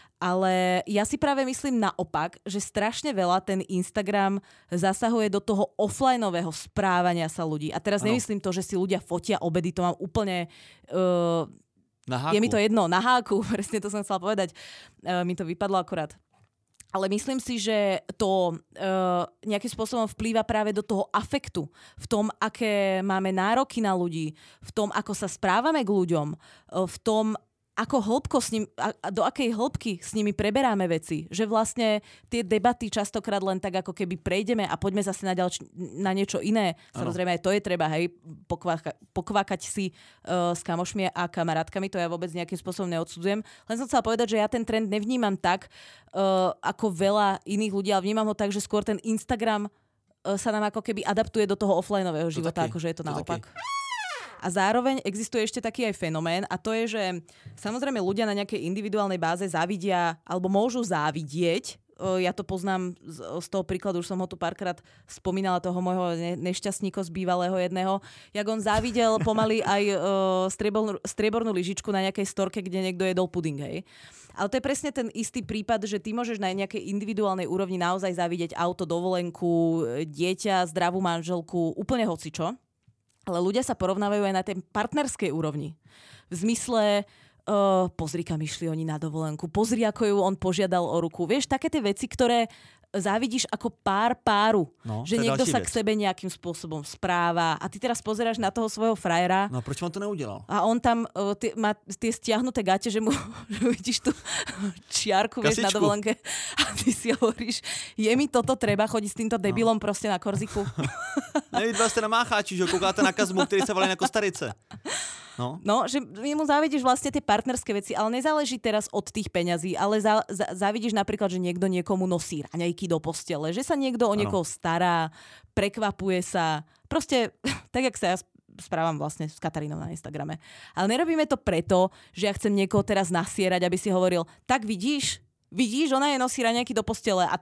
Ale ja si práve myslím naopak, že strašne veľa ten Instagram zasahuje do toho offlineového správania sa ľudí. A teraz ano. Nemyslím to, že si ľudia fotia obedy, to mám úplne... Uh, na háku. Je mi to jedno, na háku, presne to som chcela povedať. Uh, mi to vypadlo akorát. Ale myslím si, že to uh, nejakým spôsobom vplýva práve do toho afektu, v tom, aké máme nároky na ľudí, v tom, ako sa správame k ľuďom, uh, v tom, ako hĺbko s ním, a, a do akej hĺbky s nimi preberáme veci. Že vlastne tie debaty častokrát len tak ako keby prejdeme a poďme zase na, ďalč- na niečo iné. Ano. Samozrejme aj to je treba, hej, pokváka- pokvákať si uh, s kamošmi a kamarátkami, to ja vôbec nejakým spôsobom neodsudzujem. Len som chcela povedať, že ja ten trend nevnímam tak, uh, ako veľa iných ľudí, ale vnímam ho tak, že skôr ten Instagram uh, sa nám ako keby adaptuje do toho offlineového života, akože je to, to naopak. Taký. A zároveň existuje ešte taký aj fenomén a to je, že samozrejme ľudia na nejakej individuálnej báze závidia alebo môžu závidieť. Ja to poznám z, z toho príkladu, už som ho tu párkrát spomínala, toho môjho nešťastníka z bývalého jedného, jak on závidel pomaly aj uh, striebornú, striebornú lyžičku na nejakej storke, kde niekto jedol puding, hej. Ale to je presne ten istý prípad, že ty môžeš na nejakej individuálnej úrovni naozaj závidieť auto, dovolenku, dieťa, zdravú manželku, úplne hocičo. Ale ľudia sa porovnávajú aj na tej partnerskej úrovni. V zmysle, uh, pozri, kam išli oni na dovolenku, pozri, ako ju on požiadal o ruku. Vieš, také tie veci, ktoré závidíš ako pár páru. No, že niekto sa vec. K sebe nejakým spôsobom správa a ty teraz pozeráš na toho svojho frajera. No a proč on to neudelal? A on tam uh, tie, má tie stiahnuté gate, že mu že vidíš tú čiarku, vieš, na dovolenke a ty si hovoríš, je mi toto treba chodiť s týmto debilom no. proste na Korziku? Ne, vy dva ste na mácháči, že koukáte na Kazmu, ktorý sa volá na Kostarice. No. no, že mu závidíš vlastne tie partnerské veci, ale nezáleží teraz od tých peňazí, ale za, za, závidíš napríklad, že niekto niekomu nosí raňajky do postele, že sa niekto o niekoho stará, prekvapuje sa, proste tak, jak sa ja správam vlastne s Katarínou na Instagrame. Ale nerobíme to preto, že ja chcem niekoho teraz nasierať, aby si hovoril, tak vidíš, vidíš, ona je nosí raňajky do postele a ty?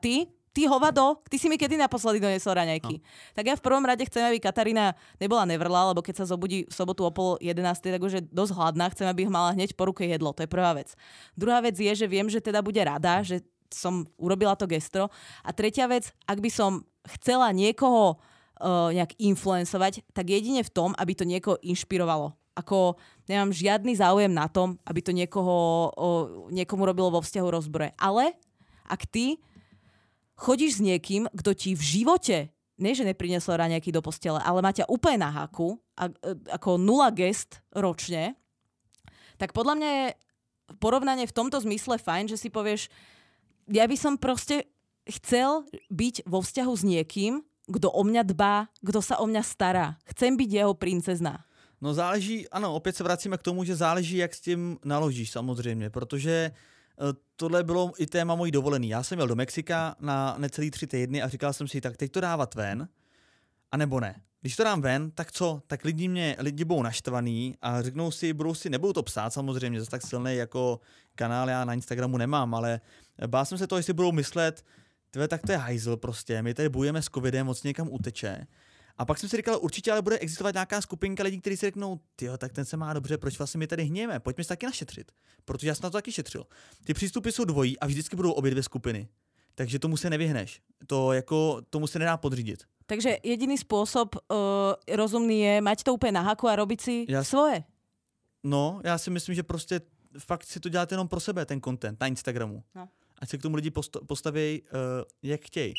Ty hovado, ty si mi kedy naposledy donesol raňajky. No. Tak ja v prvom rade chcem, aby Katarína nebola nevrlá, lebo keď sa zobudí v sobotu o pol jedenástej, tak už je dosť hladná. Chcem, aby mala hneď po ruke jedlo. To je prvá vec. Druhá vec je, že viem, že teda bude rada, že som urobila to gesto. A tretia vec, ak by som chcela niekoho uh, nejak influencovať, tak jedine v tom, aby to niekoho inšpirovalo. Ako nemám žiadny záujem na tom, aby to niekoho, uh, niekomu robilo vo vzťahu rozbroje. Ale ak ty chodíš s niekým, kto ti v živote, nie že neprinesol raňajky do postele, ale má ťa úplne na háku, a, ako nula gest ročne, tak podľa mňa je porovnanie v tomto zmysle fajn, že si povieš, ja by som proste chcel byť vo vzťahu s niekým, kto o mňa dbá, kto sa o mňa stará. Chcem byť jeho princezna. No záleží, ano, opět se vracíme k tomu, že záleží, jak s tím naložíš samozřejmě, protože tohle bylo i téma mojí dovolený. Já jsem jel do Mexika na necelý tři týdny a říkal jsem si, tak teď to dávat ven, anebo ne. Když to dám ven, tak co? Tak lidi, mě, lidi budou naštvaný a řeknou si, budou si, nebudou to psát samozřejmě, zase tak silný jako kanál já na Instagramu nemám, ale bál jsem se toho, jestli budou myslet, tve, tak to je hajzl prostě, my tady bojujeme s covidem, moc někam uteče. A pak jsem si říkal, určitě ale bude existovat nějaká skupinka lidí, kteří si řeknou, tyjo, tak ten se má dobře, proč vlastně my tady hnějeme, pojďme se taky našetřit, protože já jsem na to taky šetřil. Ty přístupy jsou dvojí a vždycky budou obě dvě skupiny, takže tomu se nevyhneš, to jako, tomu se nedá podřídit. Takže jediný způsob uh, rozumný je mať to úplně na haku a robiť si já... svoje. No, já si myslím, že prostě fakt si to děláte jenom pro sebe, ten content na Instagramu. No. Ať se k tomu lidi post- postaví, uh, jak chtějí.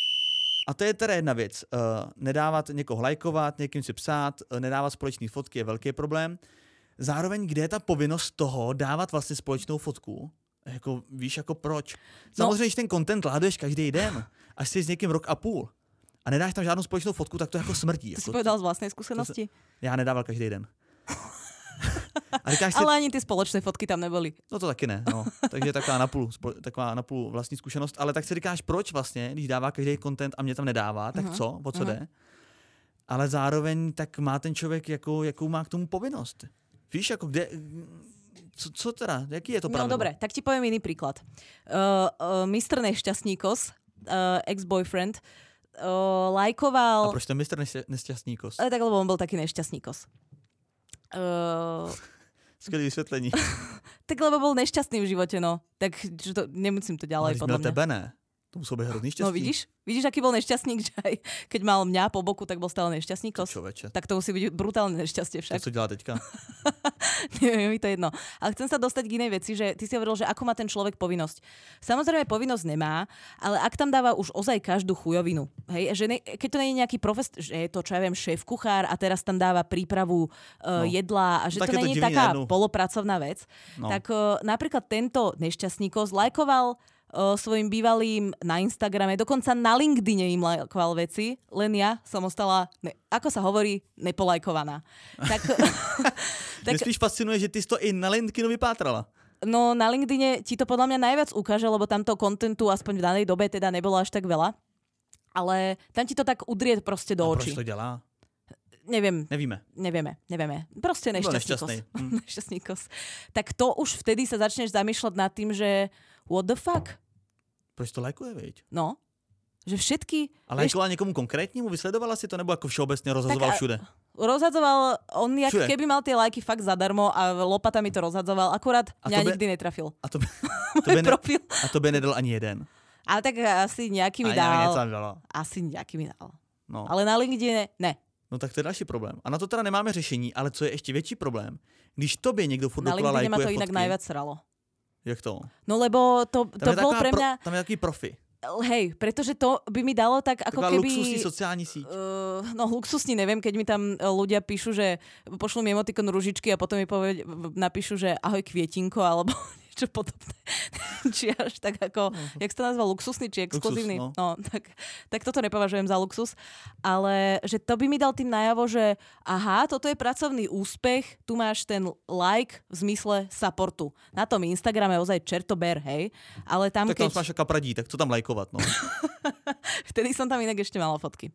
A to je teda jedna věc. Uh, nedávat někoho lajkovat, někým si psát, uh, nedávat společné fotky je velký problém. Zároveň, kde je ta povinnost toho dávat vlastně společnou fotku? Jako, víš, jako proč? Samozřejmě, no. Že ten content láduješ každý den, až jsi s někým rok a půl a nedáš tam žádnou společnou fotku, tak to jako smrdí. Ty jako, jsi povedal z vlastnej skúsenosti? Se, já nedával každý den. A si, ale ani ty společné fotky tam nebyly. No to taky ne, no. Takže taková napůl, taková napůl vlastní zkušenost. Ale tak si říkáš, proč vlastně, když dává každý content a mě tam nedává, tak uh-huh. co, o co uh-huh. jde? Ale zároveň tak má ten člověk, jako, jakou má k tomu povinnost. Víš, jako kde, co, co teda, jaký je to pravidlo? No dobre, tak ti poviem iný príklad. Uh, uh, mister Nešťastníkos, uh, ex-boyfriend, uh, lajkoval... A proč to mister Nešťastníkos? Ale tak, lebo on bol taký nešťastníkos. Uh... Skvělé vysvětlení. Tak lebo bol nešťastný v živote, no. Tak to, nemusím to ďalej, podľa mňa. tebe ne. To musel byť hrozný šťastný. No vidíš? Vidíš, aký bol nešťastník, že aj keď mal mňa po boku, tak bol stále nešťastníkos. Čoveče. Tak to musí byť brutálne nešťastie však. To co dělá teďka? Neviem, mi to jedno. Ale chcem sa dostať k inej veci, že ty si hovoril, že ako má ten človek povinnosť. Samozrejme povinnosť nemá, ale ak tam dáva už ozaj každú chujovinu, hej, že ne, keď to nie je nejaký profes, že je to, čo ja viem, šéf kuchár a teraz tam dáva prípravu uh, no. jedla a že tak to nie je taká jednu. polopracovná vec, no. tak uh, napríklad tento nešťastníkos lajkoval uh, svojim bývalým na Instagrame, dokonca na LinkedIne im lajkoval veci, len ja som ostala, ne, ako sa hovorí, nepolajkovaná. Tak, tak, Mě spíš fascinuje, že ty jsi to i na LinkedInu vypátrala. No na LinkedIne ti to podľa mňa najviac ukáže, lebo tamto kontentu aspoň v danej dobe teda nebolo až tak veľa. Ale tam ti to tak udrie proste do A očí. proč to dělá? Neviem. Nevieme. Nevieme, nevieme. Proste nešťastníkos. Hm. nešťastníkos. Tak to už vtedy sa začneš zamýšľať nad tým, že what the fuck? Proč to lajkuje, veď? No. Že všetky... A lajkovala vieš... niekomu konkrétnímu? Vysledovala si to? Nebo ako všeobecne rozhadzoval všude? Rozhadzoval, on jak všude. Keby mal tie lajky fakt zadarmo a lopata mi to rozhadzoval, akurát mňa be... nikdy netrafil. A to by, to by, ne... a to by nedal ani jeden. Ale tak asi nejaký mi dal. Asi nejaký mi dal. No. Ale na LinkedIne ne. No tak to je další problém. A na to teda nemáme řešení, ale co je ještě větší problém, když tobě někdo furt dokola lajkuje fotky. Na LinkedIne ma to inak najviac sralo. Jak to? No lebo to, to bol pre mňa... Pro, tam je taký profi. Hej, pretože to by mi dalo tak ako Taková keby... luxusní sociální síť. Uh, no luxusní neviem, keď mi tam ľudia píšu, že pošlú mi emotikon ružičky a potom mi poved, napíšu, že ahoj kvietinko, alebo niečo podobné. Či až tak ako, uh-huh. jak sa to nazval, luxusný či exkluzívny. Luxus, no. no tak, tak toto nepovažujem za luxus. Ale že to by mi dal tým najavo, že aha, toto je pracovný úspech, tu máš ten like v zmysle supportu. Na tom Instagrame ozaj čertober, hej. Ale tam, tak tam keď... máš kapradí, tak co tam lajkovat, no. Vtedy som tam inak ešte mala fotky.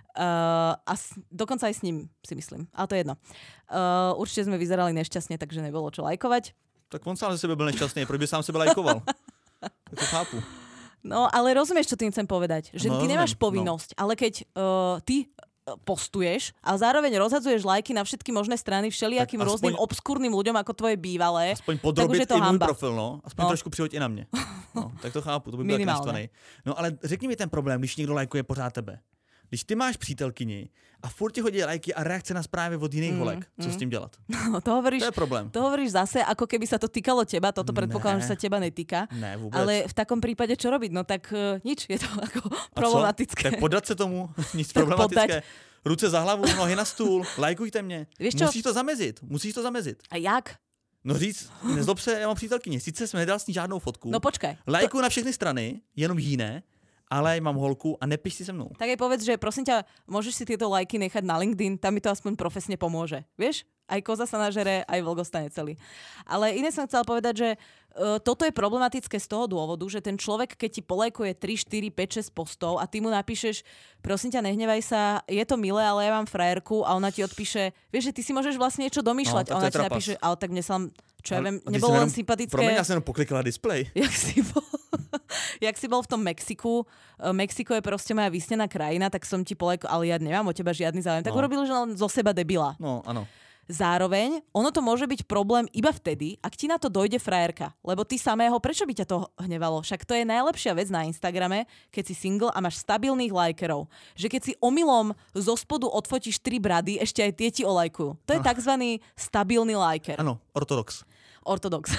Uh, a s, dokonca aj s ním, si myslím. Ale to je jedno. Uh, určite sme vyzerali nešťastne, takže nebolo čo lajkovať. Tak on sám ze sebe byl nešťastný, proč by sám sebe lajkoval? Tak to chápu. No, ale rozumieš, čo tým chcem povedať? Že No, ty nemáš rozumiem, povinnosť, no. Ale keď uh, ty postuješ a zároveň rozhadzuješ lajky na všetky možné strany všelijakým aspoň, rôznym obskúrnym ľuďom ako tvoje bývalé, aspoň tak už je to i můj hamba. profil, no. Aspoň no. trošku přihoď i na mě. No, tak to chápu, to by byl naštvaný. No ale řekni mi ten problém, když někdo lajkuje pořád tebe. Když ty máš přítelkyni a furt ti hodí lajky a reakce na správy od jiných mm, holek, co mm. s tím dělat? No, to, hovoríš, to je problém. To hovoríš zase, ako keby sa to týkalo teba, toto predpokladám, že sa teba netýka. Ne, vůbec. Ale v takom prípade čo robiť? No tak uh, nič, je to ako problematické. Tak podat se tomu, nic problematické. Ruce za hlavu, nohy na stůl, lajkujte mě. Musíš to zamezit, musíš to zamezit. A jak? No říct, nezlob se, já mám přítelkyni, sice jsem nedal s ní žádnou fotku. No počkaj. Lajkuju to... na všechny strany, jenom jiné, ale mám holku a nepíš si se mnou. Tak jej povedz, že prosím ťa, môžeš si tieto lajky nechať na LinkedIn, tam mi to aspoň profesne pomôže. Vieš? Aj koza sa nažere, aj vlk ostane celý. Ale iné som chcela povedať, že uh, toto je problematické z toho dôvodu, že ten človek, keď ti polajkuje tri, štyri, päť, šesť postov a ty mu napíšeš, prosím ťa, nehnevaj sa, je to milé, ale ja mám frajerku a ona ti odpíše, vieš, že ty si môžeš vlastne niečo domýšľať. No, a ona ti napíše, ale tak mne sa, čo ja viem, nebolo len sympatické. Pro mňa ja som jenom poklikala displej. Jak si bol, jak si bol v tom Mexiku, Mexiko je proste moja vysnená krajina, tak som ti polajkoval, ale ja nemám o teba žiadny záujem. Tak no. urobil, že len zo seba debila. No, áno. Zároveň, ono to môže byť problém iba vtedy, ak ti na to dojde frajerka. Lebo ty samého, prečo by ťa to hnevalo? Však to je najlepšia vec na Instagrame, keď si single a máš stabilných lajkerov. Že keď si omylom zo spodu odfotíš tri brady, ešte aj tie ti olajkujú. To je takzvaný stabilný lajker. Áno, ortodox. Ortodox.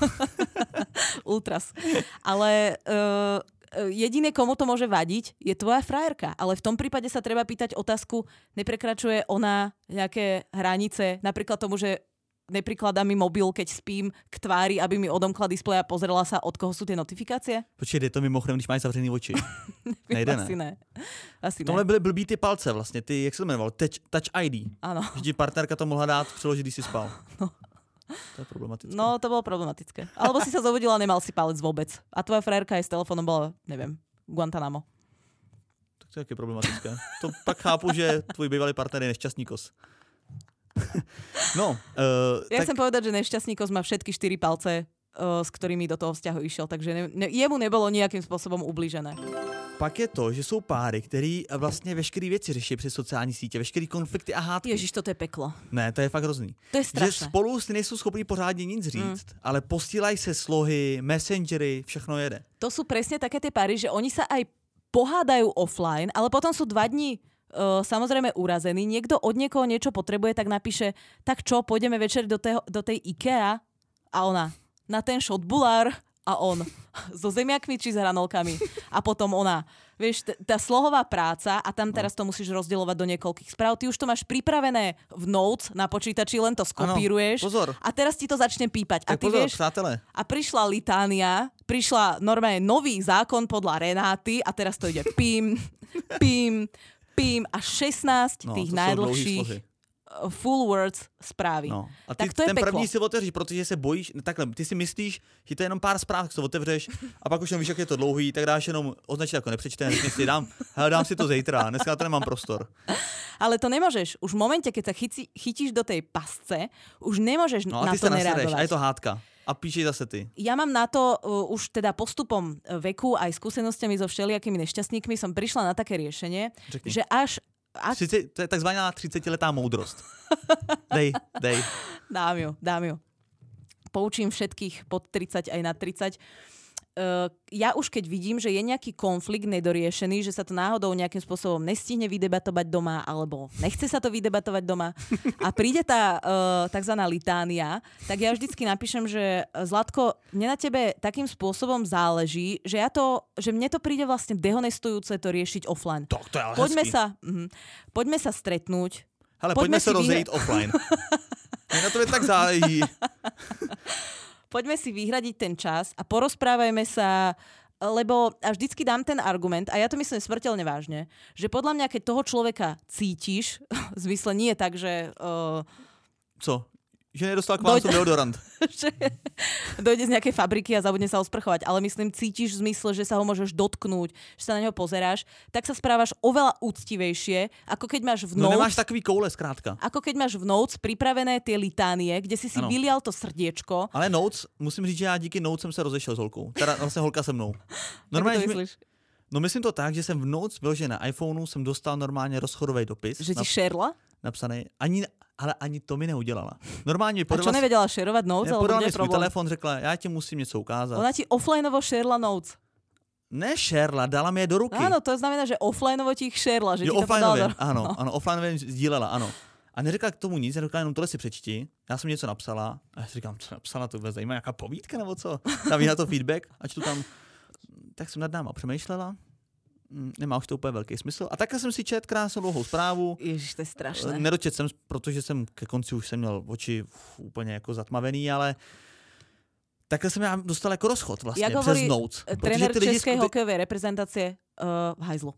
Ultras. Ale... Uh, jediné, komu to môže vadiť, je tvoja frajerka. Ale v tom prípade sa treba pýtať otázku, neprekračuje ona nejaké hranice, napríklad tomu, že neprikladá mi mobil, keď spím k tvári, aby mi odomkla displej a pozrela sa, od koho sú tie notifikácie? Počkej, je to mimochodem, když máš zavřený oči. Nejde, ne? Asi ne. Asi Tohle byly blbý ty palce vlastně, ty, jak se to jmenoval, touch, touch í dé. Áno. Že ti partnerka to mohla dát, přeložit, když si spal. No. To je problematické. No, to bolo problematické. Alebo si sa zobudila a nemal si palec vôbec. A tvoja frajerka aj s telefónom bola, neviem, Guantanamo. Tak to je také problematické. To pak chápu, že tvůj bývalý partner je nešťastný kos. No, uh, ja tak... chcem povedať, že nešťastný kos má všetky štyri palce, uh, s ktorými do toho vzťahu išiel, takže ne, ne, jemu nebolo nejakým spôsobom ublížené. Pak je to, že jsou páry, který vlastně veškeré věci řeší přes sociální sítě, veškeré konflikty a hádky. Ježiš, toto je peklo. Ne, to je fakt hrozný. To je strašné. Že spolu si nejsou schopni pořádně nic říct, mm. ale posílají se slohy, messengery, všechno jede. To sú presne také tie páry, že oni sa aj pohádajú offline, ale potom sú dva dní uh, samozrejme urazení. Niekto od niekoho niečo potrebuje, tak napíše, tak čo, pôjdeme večer do, teho, do tej IKEA? A ona, na ten šotbulár? A on, so zemiakmi či s hranolkami? A potom ona, vieš, t- tá slohová práca a tam teraz to musíš rozdielovať do niekoľkých správ. Ty už to máš pripravené v notes na počítači, len to skopíruješ. Ano, pozor. A teraz ti to začne pípať. Tak a ty pozor, vieš, přátelé. A prišla litánia, prišla normálne nový zákon podľa Renáty a teraz to ide pím, pím, pím a šestnásť no, tých najdlhších full words správy. No. A ty tak to je ten peklo. první si otevříš, protože se bojíš, takhle, ty si myslíš, že to je jenom pár zpráv, tak to otevřeš a pak už jenom víš, jak je to dlouhý, tak dáš jenom označit jako nepřečtené, řekneš si, dám, hele, dám si to zítra, dneska na to nemám prostor. Ale to nemôžeš. Už v momente, keď sa chyci, chytíš do tej pasce, už nemôžeš no, na to nereagovať. A je to hádka. A píšeš zase ty. Ja mám na to uh, už teda postupom veku aj skúsenostiami so všelijakými nešťastníkmi som prišla na také riešenie, Řekni. že až A... třicet, to je takzvaná třicetiletá moudrost. Dej, dej. Dám ju, dám ju. Poučím všetkých pod tridsať aj na tridsať. Uh, ja už keď vidím, že je nejaký konflikt nedoriešený, že sa to náhodou nejakým spôsobom nestihne vydebatovať doma, alebo nechce sa to vydebatovať doma a príde tá uh, takzvaná litánia, tak ja vždycky napíšem, že Zlatko, mne na tebe takým spôsobom záleží, že ja to, že mne to príde vlastne dehonestujúce to riešiť offline. To, to je ale poďme hezký. sa, uh, poďme sa stretnúť. Hele, poďme, poďme sa rozejít vyhra... offline. Mne na tebe tak záleží. Poďme si vyhradiť ten čas a porozprávajme sa, lebo a vždycky dám ten argument, a ja to myslím smrteľne vážne, že podľa mňa, keď toho človeka cítiš, v zmysle nie je tak, že... Uh... Co? že nedostal kvásnu deodorant. Že dojde z nejakej fabriky a zabudne sa osprchovať, ale myslím, cítiš v zmysle, že sa ho môžeš dotknúť, že sa na neho pozeráš, tak sa správaš oveľa úctivejšie, ako keď máš v notes... No nemáš takový koule, zkrátka. Ako keď máš v notes pripravené tie litánie, kde si si ano. vylial to srdiečko. Ale notes, musím říct, že já díky notes jsem se rozešel s holkou. Teda vlastně holka se mnou. Normálně, to myslíš? No myslím to tak, že jsem v notes vyložený na iPhoneu, jsem dostal normálně rozchodový dopis. Že ti šerla? Napsaný. Ani, ale ani to mi neudělala. Normálně mi podala... A čo nevedela šerovat notes? Ne, podala mi svůj telefon, řekla, já ti musím něco ukázat. Ona ti offlineovo šerla notes. Ne šerla, dala mi je do ruky. Áno, to znamená, že offlineovo ti ich šerla, že jo, ti to podala do... Ano, no. ano, offlineově sdílela, ano. A neřekla k tomu nic, řekla jenom tohle si přečti. Já jsem něco napsala a já si říkám, co napsala, to bude zajímavé, jaká povídka nebo co? Tam na to feedback a čtu tam, tak jsem nad náma přemýšlela. Nemá už to úplně velký smysl. A takhle jsem si čet krásnou dlouhou zprávu. Ježiš, to je strašné. Nedočet jsem, protože jsem ke konci už jsem měl oči uf, úplně jako zatmavený, ale takhle jsem já dostal jako rozchod vlastně Jak přes notes. Trenér české skutek... hokejové reprezentace uh, v hajzlu.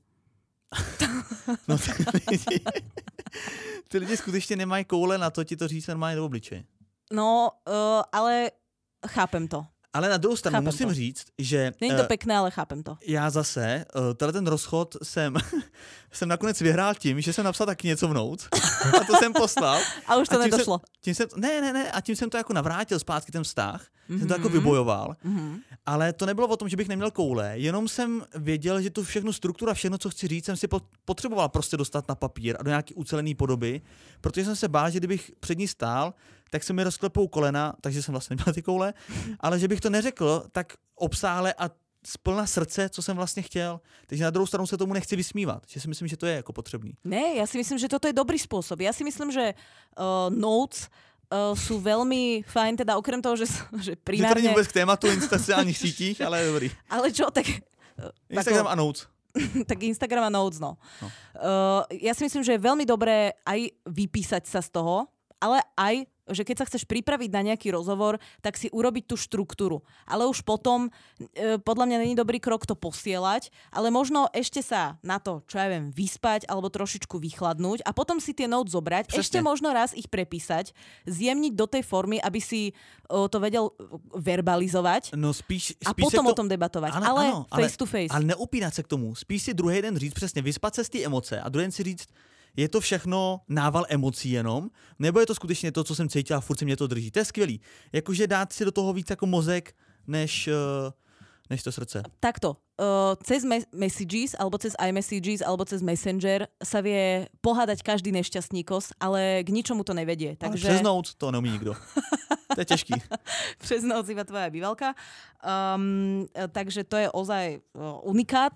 No, ty, lidi, ty lidi skutečně nemají koule na to ti to říct normálně do obličeje. No, uh, ale chápem to. Ale na druhou stranu chápem musím to. říct, že... Není to pekné, ale chápem to. Já zase, tenhle ten rozchod jsem, jsem nakonec vyhrál tím, že jsem napsal taky něco v notes a to jsem poslal. A už to a tím nedošlo. Jsem, tím jsem, ne, ne, ne, a tím jsem to jako navrátil zpátky ten vztah, mm-hmm. jsem to jako vybojoval, mm-hmm. ale to nebylo o tom, že bych neměl koule, jenom jsem věděl, že tu všechnu strukturu a všechno, co chci říct, jsem si potřeboval prostě dostat na papír a do nějaký ucelený podoby, protože jsem se bál, že kdybych před ní stál, tak se mi rozklepou kolena, takže jsem vlastně neměl ty koule, ale že bych to neřekl tak obsáhle a z plna srdce, co jsem vlastně chtěl. Takže na druhou stranu se tomu nechci vysmívat, že si myslím, že to je jako potřebný. Ne, ja si myslím, že toto je dobrý spôsob. Ja si myslím, že uh, notes uh, sú veľmi fajn, teda okrem toho, že, že primárne... Že to není vôbec k tématu sociálnych sítích, ale je dobrý. Ale čo, tak... Uh, Instagram tako... a notes. Tak Instagram a notes, no. no. Uh, ja si myslím, že je veľmi dobré aj vypísať sa z toho, ale aj že keď sa chceš pripraviť na nejaký rozhovor, tak si urobiť tú štruktúru. Ale už potom, e, podľa mňa není dobrý krok to posielať, ale možno ešte sa na to, čo ja viem, vyspať alebo trošičku vychladnúť a potom si tie notes zobrať, Přesne. ešte možno raz ich prepísať, zjemniť do tej formy, aby si o, to vedel verbalizovať no spíš, spíš a potom to... o tom debatovať. Ano, ale ano, face ale, to face. Ale neupínat se k tomu. Spíš si druhý den říct přesně, vyspat se z té emoce a druhý den si říct, je to všechno nával emocí jenom, nebo je to skutečně to, co jsem cítil a furt se mě to drží. To je skvělý. Jakože dát si do toho víc jako mozek, než, než to srdce. Takto. Uh, cez me- messages, alebo cez iMessages, alebo cez Messenger sa vie pohádať každý nešťastníkos, ale k ničomu to nevedie. Takže... Ale přes noc to neumí nikdo. To je těžký. Přes noc iba tvoja bývalka. Um, takže to je ozaj uh, unikát.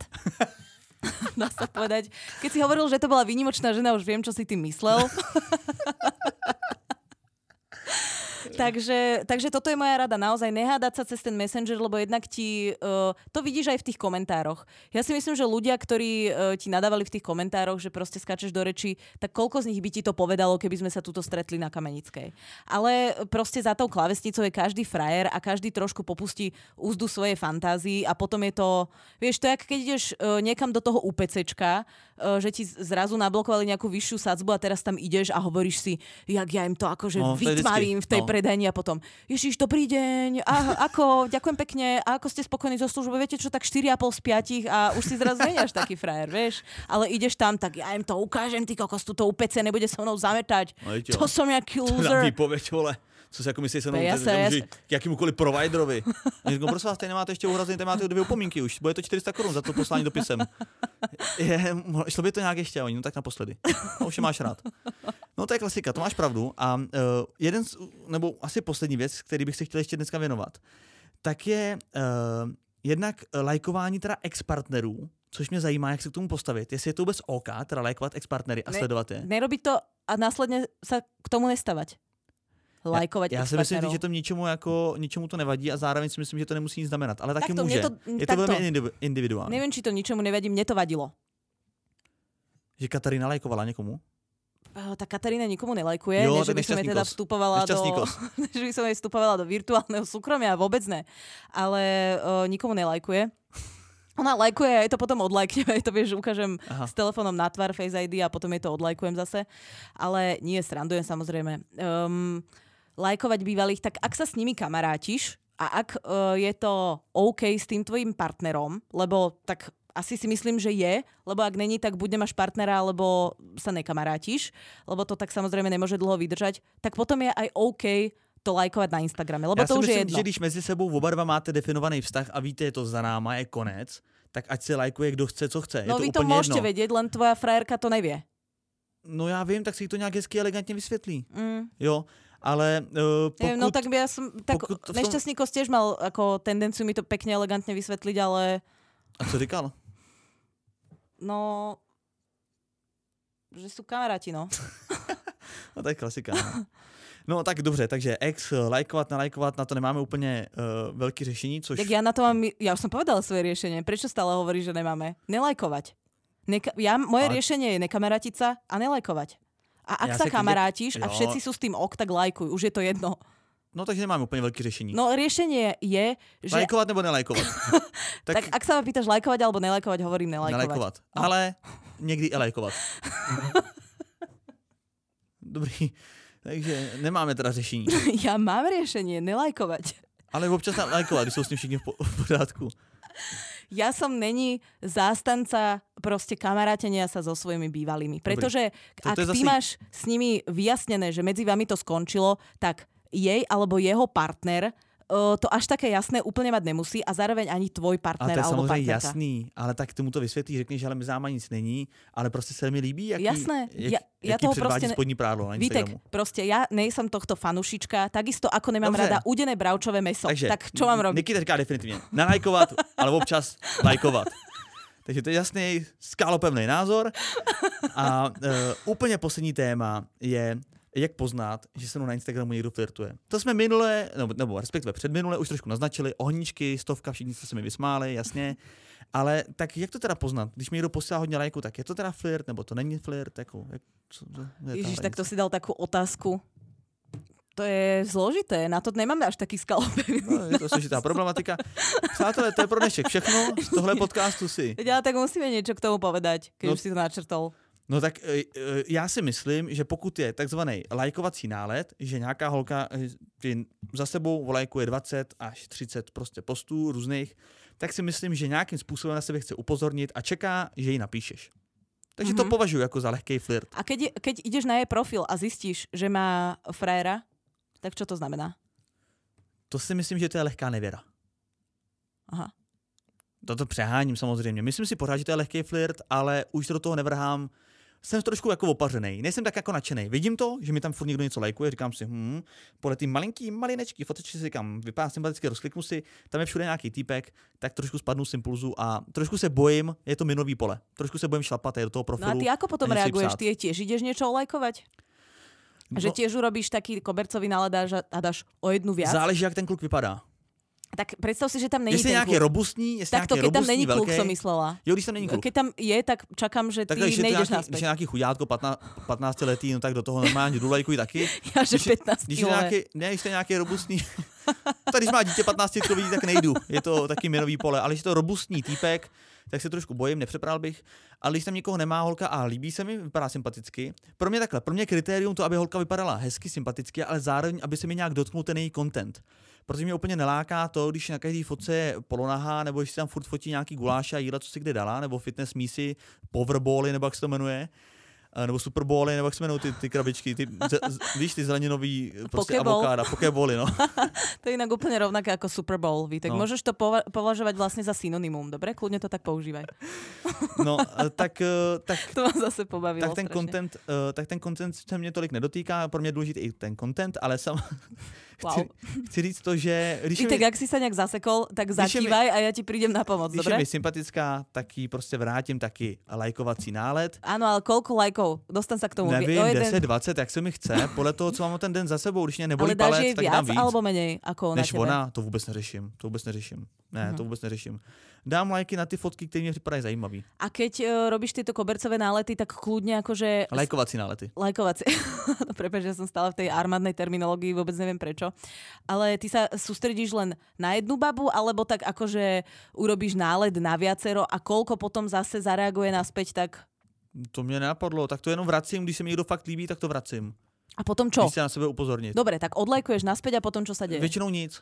Dá sa povedať. Keď si hovoril, že to bola výnimočná žena, už viem, čo si tým myslel. takže, takže toto je moja rada. Naozaj nehádať sa cez ten Messenger, lebo jednak ti... Uh, to vidíš aj v tých komentároch. Ja si myslím, že ľudia, ktorí uh, ti nadávali v tých komentároch, že proste skáčeš do rečí, tak koľko z nich by ti to povedalo, keby sme sa tuto stretli na Kamenickej. Ale proste za tou klávesnicou je každý frajer a každý trošku popustí úzdu svojej fantázii a potom je to... Vieš, to je, keď ideš uh, niekam do toho UPCčka, uh, že ti zrazu nablokovali nejakú vyššiu sadzbu a teraz tam ideš a hovoríš si, jak ja im to akože no, vytmarím v tej no. predajni a potom, Ježiš, dobrý deň, a, ako, ďakujem pekne, a ako ste spokojní so službou, viete čo, tak štyri a pol z piatich a už si zrazu nie až taký frajer, vieš, ale ideš tam, tak ja im to ukážem, ty kokos, tu to ú pé cé nebude so mnou zametať, no, to som nejaký loser. To výpoveď, vole. Co si jako myslíš se mnou, k jakýmukoliv providerovi. Říkám, prosím vás, tady nemáte ještě uhrazený, tady máte dvě upomínky už, bude to čtyři sta korun za to poslání dopisem. Je, šlo by to nějak ještě, no tak naposledy. No, už je máš rád. No to je klasika, to máš pravdu. A uh, jeden, z, nebo asi poslední věc, který bych si chtěl ještě dneska věnovat, tak je uh, jednak lajkování teda ex-partnerů, což mě zajímá, jak se k tomu postavit. Jestli je to vůbec OK, teda lajkovat ex-partnery a ne, sledovat je. Nerobiť to a následně se k tomu nestavať. Lajkovat já, já si myslím, že to ničemu, jako, ničemu to nevadí a zároveň si myslím, že to nemusí nic znamenat. Ale taky tak to, může. To, je to velmi individuální. Nevím, či to ničemu nevadí, mně to vadilo. Že Katarína lajkovala někomu? Tak Katarína nikomu nelajkuje, jo, než by som jej teda vstupovala do, než by som jej vstupovala do virtuálneho súkromia, vôbec ne. Ale uh, nikomu nelajkuje. Ona lajkuje a je to potom odlajknem, je to vieš, ukážem Aha. s telefónom na tvár Face í dé a potom je to odlajkujem zase. Ale nie, srandujem samozrejme. Um, lajkovať bývalých, tak ak sa s nimi kamarátiš a ak uh, je to OK s tým tvojim partnerom, lebo tak asi si myslím, že je, lebo ak není, tak buď nemáš partnera, alebo sa nekamarátiš, lebo to tak samozrejme nemôže dlho vydržať, tak potom je aj OK to lajkovat na Instagrame, lebo Já to už myslím, je jedno. že když mezi sebou oba dva máte definovaný vztah a víte, je to za náma, je konec, tak ať si lajkuje, kdo chce, co chce. Je no to vy to úplně můžete jedno. vědět, len tvoja frajerka to nevie. No já vím, tak si to nějak hezky elegantně vysvětlí. Mm. Jo, ale uh, pokud... Neviem, no tak by ja som, tak tom... nešťastníkos tiež mal ako tendenciu mi to pekne elegantne vysvetliť, ale... A co říkal? No... Že sú kamaráti, no. No to je klasika. No. No tak dobře, takže ex, lajkovat, nelajkovat, na to nemáme úplně uh, velký řešení, což... Tak ja na to mám, ja už som povedala svoje riešenie. Prečo stále hovoríš, že nemáme? Nelajkovať. Neka- ja, moje Ale... riešenie je nekamaratiť sa a nelajkovať. A ak ja sa kamarátiš a všetci sú s tým ok, tak lajkuj. Už je to jedno. No takže nemáme úplně velký řešení. No riešenie je, že... Lajkovat nebo nelajkovat? tak... tak ak sa ma pýtaš lajkovať alebo nelajkovať, hovorím nelajkovať. Nelajkovat. No. Ale někdy i lajkovat. Dobrý. Takže nemáme teda řešení. Ja mám riešenie, nelajkovať. Ale občas tam lajkovať, když sú s tým všichni v pořádku. Ja som není zástanca proste kamarátenia sa so svojimi bývalými. Pretože ak ty zasi... máš s nimi vyjasnené, že medzi vami to skončilo, tak jej alebo jeho partner Uh, to až také jasné úplně mať nemusí a zároveň ani tvoj partner alebo partnerka. Ale to je samozřejmě jasný, ale tak tomu to vysvětlí, řekneš, že ale mezi náma nic není, ale prostě se mi líbí, jaký, Jasné, jak, ja, ja jaký toho předvádí proste... spodní prádlo na Instagramu. Vítek, proste ja nejsem tohto fanušička, takisto ako nemám Dobře. rada udené bravčové meso. Takže, tak čo mám robiť? Nikita říká definitivně nelajkovat, ale občas lajkovat. Takže to je jasný skálopevný názor. A uh, úplně poslední téma je, jak poznat, že se mnou na Instagramu někdo flirtuje. To jsme minule, nebo, nebo respektive předminule už trošku naznačili, ohníčky, stovka, všichni jste se mi vysmáli, jasně. Ale tak jak to teda poznat? Když mi někdo posílá hodně lajků, tak je to teda flirt, nebo to není flirt? Jako, jak, co, je Ježiš, tak to si dal takú otázku. To je zložité, na to nemáme až taký skalopevný. No, je to složitá problematika. Přátelé, to je pro dnešek všechno z tohle podcastu si. Ja, tak musíme niečo k tomu povedať, keď no, už si to načrtol. No tak já si myslím, že pokud je takzvaný lajkovací nálet, že nějaká holka za sebou lajkuje dvacet až třicet prostě postů různých, tak si myslím, že nějakým způsobem na sebe chce upozornit a čeká, že ji napíšeš. Takže mm-hmm. to považuji jako za lehký flirt. A keď, keď ideš na jej profil a zistíš, že má frajera, tak čo to znamená? To si myslím, že to je lehká nevěra. Aha. Toto přeháním samozřejmě. Myslím si pořád, že to je lehký flirt, ale už do toho nevrhám. Jsem trošku jako opařený, nejsem tak jako nadšený. Vidím to, že mi tam furt někdo něco lajkuje, říkám si, hm, podle ty malinký, malinečky fotečky si říkám, vypadá sympaticky, rozkliknu si, tam je všude nějaký týpek, tak trošku spadnu z impulzu a trošku se bojím, je to minový pole, trošku se bojím šlapat do toho profilu. No a ty ako potom reaguješ? Ty je tiež ideš niečo olajkovať? No, že tiež urobíš taký kobercový nálad a dáš o jednu viac? Záleží, jak ten kluk vypadá. Tak predstav si, že tam není jestli ten nějaký kluk. robustní, jestli tak to, nějaký keď tam není velký, kluk, som myslela. Jo, když tam není kluk. Keď tam je, tak čakám, že tak, ty když nejdeš nějaký, naspäť. Když je nějaký chudátko patnácti letý, no tak do toho normálně jdu lajkuji taky. Já, že pätnásť když, když, nějaký, ne, když je nějaký robustní, tak když má dítě patnácti letý, tak nejdu. Je to taky minový pole, ale když je to robustní týpek, tak se trošku bojím, nepřepral bych. Ale když tam někoho nemá holka a líbí se mi, vypadá sympaticky. Pro mě takhle, pro mě kritérium to, aby holka vypadala hezky, sympaticky, ale zároveň, aby se mi nějak dotknul ten její content. Protože mě úplně neláká to, když na každý fotce je polonahá, nebo když si tam furt fotí nějaký guláše a jídla, co si kde dala, nebo fitness mísy, powerbally, nebo jak se to jmenuje, nebo superbally, nebo jak se jmenují ty, ty krabičky, ty, z, z, víš, ty zeleninový prostě avokáda, pokebally, no. To je inak úplne rovnaké ako Super Bowl, Vítek. No. Môžeš to pova- považovať vlastne za synonymum, dobre? Kľudne to tak používaj. No, tak... tak to ma zase pobavilo tak ten, content, uh, tak ten content se mě tolik nedotýká, pro mě je důležitý i ten content, ale sam... Wow. Chci, chci říct to, že... Vítek, mi... ak si sa nejak zasekol, tak zakývaj mi... a ja ti prídem na pomoc, když dobre? Když je mi sympatická, tak ji prostě vrátím taky lajkovací nálet. Áno, ale koľko lajkov? Dostan sa k tomu. Nevím, jeden... deset, dvacet, jak se mi chce, podle toho, co mám ten den za sebou, když mě nebolí ale dáš palec, jej tak viac, dám víc. alebo menej ako ona než tebe? ona, to vůbec neřeším, to vůbec neřeším. Ne, uh-huh. to vůbec neřeším. Dám lajky na ty fotky, které mě připadají zajímavý. A keď uh, robíš tieto kobercové nálety, tak kľudne akože... Lajkovací nálety. Lajkovací. No prepáč, že som stále v tej armádnej terminológii, vôbec neviem prečo. Ale ty sa sústredíš len na jednu babu, alebo tak akože urobíš nálet na viacero a koľko potom zase zareaguje naspäť, tak... To mě nenapadlo, tak to jenom vracím, když se mi někdo fakt líbí, tak to vracím. A potom čo? Když si na sebe upozornit. Dobre, tak odlajkuješ naspäť a potom čo sa deje? Většinou nic.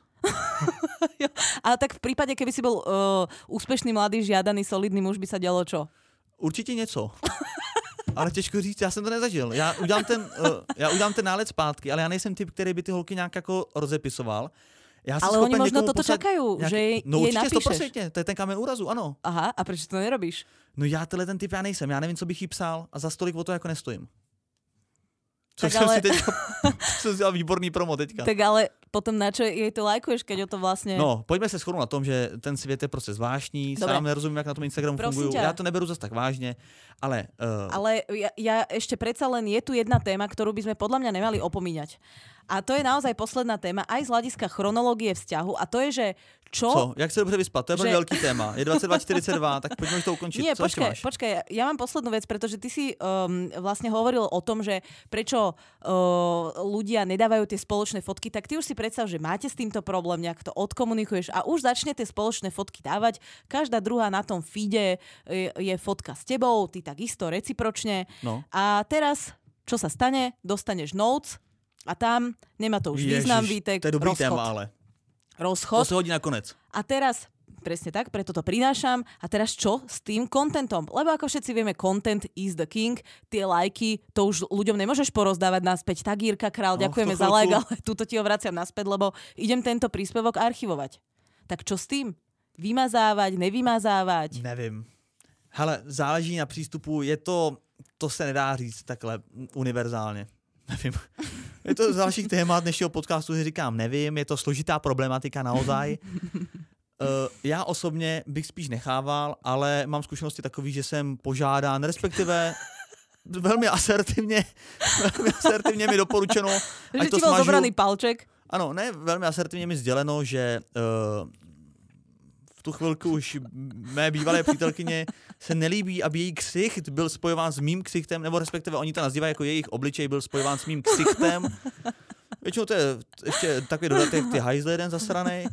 A tak v prípade, keby si bol uh, úspešný, mladý, žiadaný, solidný muž, by sa dialo čo? Určitě něco. Ale těžko říct, já jsem to nezažil. Já udělám ten, uh, já udělám ten nálet zpátky, ale já nejsem typ, který by ty holky nějak jako rozepisoval. Já ale oni možno toto čakajú, nějaký... že jej, no, jej napíšeš. No určitě, sto procent, to je ten kamen úrazu, ano. Aha, a proč to nerobíš? No já tenhle ten typ já nejsem, já nevím, co bych jí psal a za stolik o to jako nestojím. Co tak jsem ale... si teďka, jsem si výborný promo teďka. Tak ale potom na čo jej to lajkuješ, keď o to vlastně... No, pojďme se shodnout na tom, že ten svět je prostě zvláštní, Dobre. Sám nerozumím, jak na tom Instagramu fungují. Já to neberu zase tak vážně, ale... Uh... Ale ja, ja ešte predsa len je tu jedna téma, ktorú by sme podľa mňa nemali opomíňať. A to je naozaj posledná téma, aj z hľadiska chronológie vzťahu. A to je, že čo... Co? Jak se dobře vyspat? To je že... velký téma. Je dvacet dva čtyřicet dva, tak poďme už to ukončiť. Nie, co počkaj, počkaj, ja mám poslednú vec, pretože ty si um, vlastne hovoril o tom, že prečo uh, ľudia nedávajú tie spoločné fotky, tak ty už si predstav, že máte s týmto problém, nejak to odkomunikuješ a už začne tie spoločné fotky dávať. Každá druhá na tom feede je, je fotka s tebou, ty takisto recipročne. No. A teraz, čo sa stane? Dostaneš notes a tam nemá to už Ježiš, význam, výtek, to je dobrý rozchod. téma, ale. Rozchod. To sa hodí na konec. A teraz, presne tak, preto to prinášam. A teraz čo s tým contentom? Lebo ako všetci vieme, content is the king. Tie lajky, to už ľuďom nemôžeš porozdávať naspäť. Tak, Jirka Král, no, ďakujeme za like, ale túto ti ho vraciam naspäť, lebo idem tento príspevok archivovať. Tak čo s tým? Vymazávať, nevymazávať? Nevím. Hele, záleží na přístupu. Je to, to se nedá říct takhle univerzálně. Nevím. Je to z dalších témat dnešního podcastu, že říkám nevím, je to složitá problematika naozaj. Uh, já osobně bych spíš nechával, ale mám zkušenosti takový, že jsem požádán, respektive velmi asertivně, velmi asertivně mi doporučeno. Že ti byl zobraný palček. Ano, ne, velmi asertivně mi sděleno, že uh, v tu chvilku už mé bývalé přítelkyně se nelíbí, aby její ksicht byl spojován s mým ksichtem, nebo respektive oni to nazývají jako jejich obličej byl spojován s mým ksichtem. Většinou to je ještě takový dodatek, ty hajzle jeden zasranej.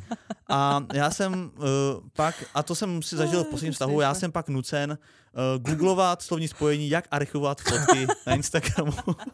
A já jsem uh, pak, a to jsem si zažil v posledním vztahu, já jsem pak nucen uh, googlovat slovní spojení, jak archivovat fotky na Instagramu.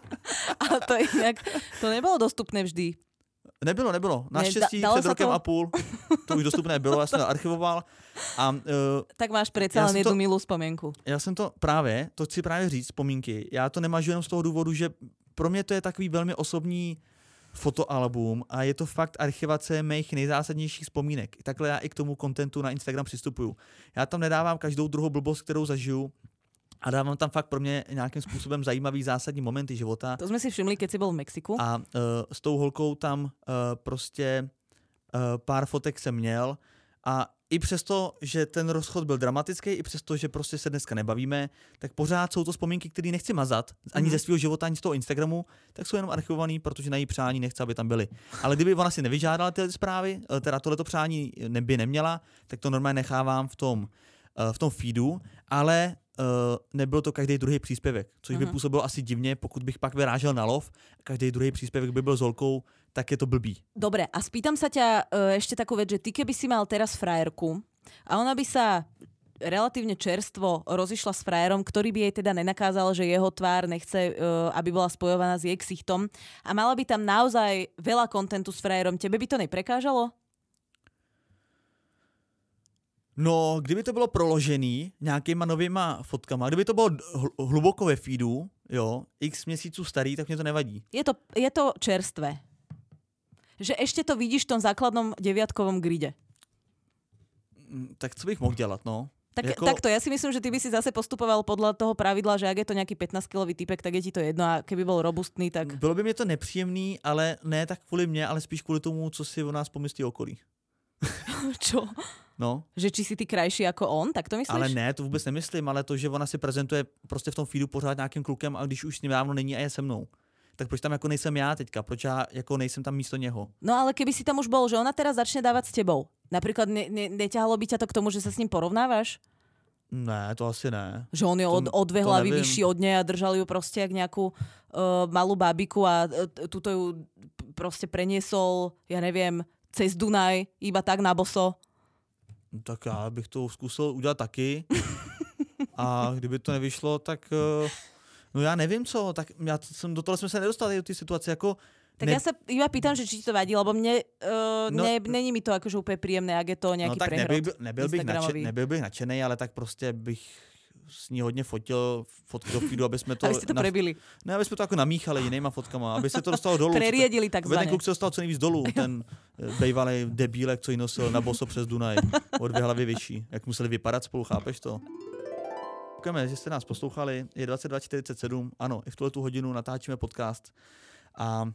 A to jinak, to nebylo dostupné vždy. Nebylo, nebylo. Naštěstí ne, před rokem to... a půl to už dostupné bylo, já jsem to archivoval. A, uh, tak máš přece jen jednu milou vzpomínku. Já jsem to právě, to chci právě říct, vzpomínky. Já to nemažu jenom z toho důvodu, že pro mě to je takový velmi osobní fotoalbum a je to fakt archivace mých nejzásadnějších vzpomínek. Takhle já i k tomu kontentu na Instagram přistupuju. Já tam nedávám každou druhou blbost, kterou zažiju, a dávám tam fakt pro mě nějakým způsobem zajímavý zásadní momenty života. To jsme si všimli, keď si byl v Mexiku. A uh, s tou holkou tam uh, prostě uh, pár fotek jsem měl a i přesto, že ten rozchod byl dramatický, i přesto, že prostě se dneska nebavíme, tak pořád jsou to vzpomínky, které nechci mazat, ani mm. ze svého života, ani z toho Instagramu, tak jsou jenom archivovaný, protože na její přání nechci, aby tam byly. Ale kdyby ona si nevyžádala ty zprávy, teda tohleto přání by neměla, tak to normálně nechávám v tom, uh, v tom feedu, ale Uh, nebyl to každý druhý příspěvek, což by uh-huh. působilo asi divně, pokud bych pak vyrážel na lov, každý druhý příspěvek by byl s holkou, tak je to blbý. Dobre, a spýtam sa ťa uh, ešte takú vec, že ty keby si mal teraz frajerku a ona by sa relatívne čerstvo rozišla s frajerom, ktorý by jej teda nenakázal, že jeho tvár nechce, uh, aby bola spojovaná s jej ksichtom a mala by tam naozaj veľa kontentu s frajerom, tebe by to neprekážalo? No, kdyby to bylo proložený nějakýma novýma fotkama, kdyby to bylo hluboko ve feedu, jo, x měsíců starý, tak mě to nevadí. Je to, je to čerstvé. Že ešte to vidíš v tom základnom deviatkovom gride. Tak co bych mohl dělat, no? Tak, jako... Takto, ja si myslím, že ty by si zase postupoval podľa toho pravidla, že ak je to nejaký pätnásťkilový typek, tak je ti to jedno a keby bol robustný, tak... Bylo by mě to nepříjemný, ale ne tak kvůli mně, ale spíš kvůli tomu, co si o nás pomyslí okolí. Čo? No. Že či si ty krajší jako on, tak to myslíš? Ale ne, to vůbec nemyslím, ale to, že ona si prezentuje prostě v tom feedu pořád nějakým klukem a když už s ním dávno není a je se mnou. Tak proč tam jako nejsem já teďka? Proč já jako nejsem tam místo něho? No ale keby si tam už bol, že ona teraz začne dávať s tebou. Napríklad ne, ne, neťahalo by ťa to k tomu, že sa s ním porovnávaš? Ne, to asi ne. Že on je od, o dve hlavy vyšší od nej a držal ju proste jak nejakú uh, malú bábiku a uh, tuto ju proste preniesol, ja neviem, cez Dunaj, iba tak na boso. Tak já bych to zkusil udělat taky. A kdyby to nevyšlo, tak uh, No já nevím co, tak já jsem, do toho jsme se nedostali do té situace, jako... Tak ne... ja sa iba pýtam, že či ti to vadí, lebo mne uh, no, ne, není mi to akože úplne príjemné, ak je to nejaký no, tak prehrot. Nebyl, nebyl, bych nadše, nebyl bych nadšenej, ale tak prostě bych s ní hodně fotil fotky do feedu, aby jsme to... aby ste to prebili. Ne, aby jsme to jako namíchali jinýma fotkama, aby se to dostalo dolů. Preriedili takzvaně. Aby ten kluk se dostal co nejvíc dolů, ten bejvalej debílek, co jí nosil na boso přes Dunaj, o dvě hlavy vyšší. Jak museli vypadat spolu, chápeš to? Děkujeme, že jste nás poslouchali, je dvacet dva čtyřicet sedm, ano, i v tuhletu hodinu natáčíme podcast a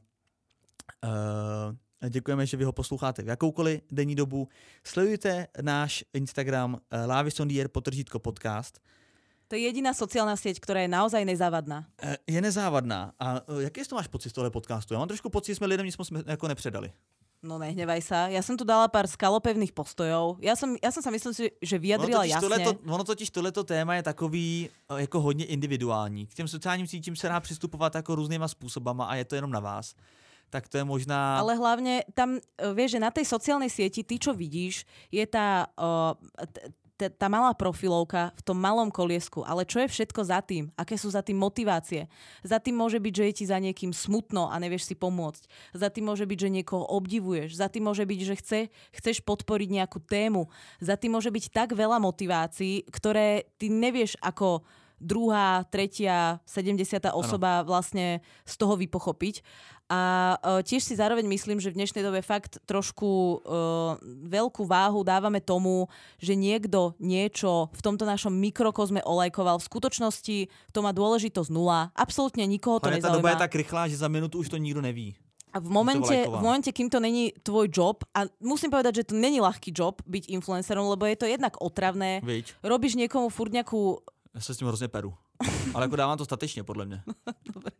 Uh, děkujeme, že vy ho posloucháte v jakoukoliv denní dobu. Sledujte náš Instagram uh, Lávisondier potržítko podcast. To je jediná sociálna sieť, ktorá je naozaj nezávadná. Uh, je nezávadná. A uh, jaký to máš pocit z tohle podcastu? Já mám trošku pocit, že jsme lidem nic moc jako nepředali. No nehnevaj sa. Ja som tu dala pár skalopevných postojov. Ja som, ja som sa myslím, že vyjadrila jasne. Tohleto, ono totiž tohleto téma je takový jako hodně individuální. K těm sociálním sítím se dá přistupovat jako různýma způsobama a je to jenom na vás. Tak to je možná... Ale hlavne tam, vieš, že na tej sociálnej sieti, ty, čo vidíš, je tá, uh, t- tá malá profilovka v tom malom koliesku. Ale čo je všetko za tým? Aké sú za tým motivácie? Za tým môže byť, že je ti za niekým smutno a nevieš si pomôcť. Za tým môže byť, že niekoho obdivuješ. Za tým môže byť, že chce, chceš podporiť nejakú tému. Za tým môže byť tak veľa motivácií, ktoré ty nevieš ako... druhá, tretia, sedemdesiata osoba ano. vlastne z toho vypochopiť. A uh, tiež si zároveň myslím, že v dnešnej dobe fakt trošku uh, veľkú váhu dávame tomu, že niekto niečo v tomto našom mikrokozme olajkoval. V skutočnosti to má dôležitosť nula. Absolútne nikoho to ale nezaujíma. Ta doba je tak rychlá, že za minutu už to nikto neví. A v momente, v momente, kým to není tvoj job, a musím povedať, že to není ľahký job byť influencerom, lebo je to jednak otravné. Víč. Robíš niekomu furt nejakú... Já se s tím hrozně peru. Ale jako dávám to statečně, podle mě. Dobre.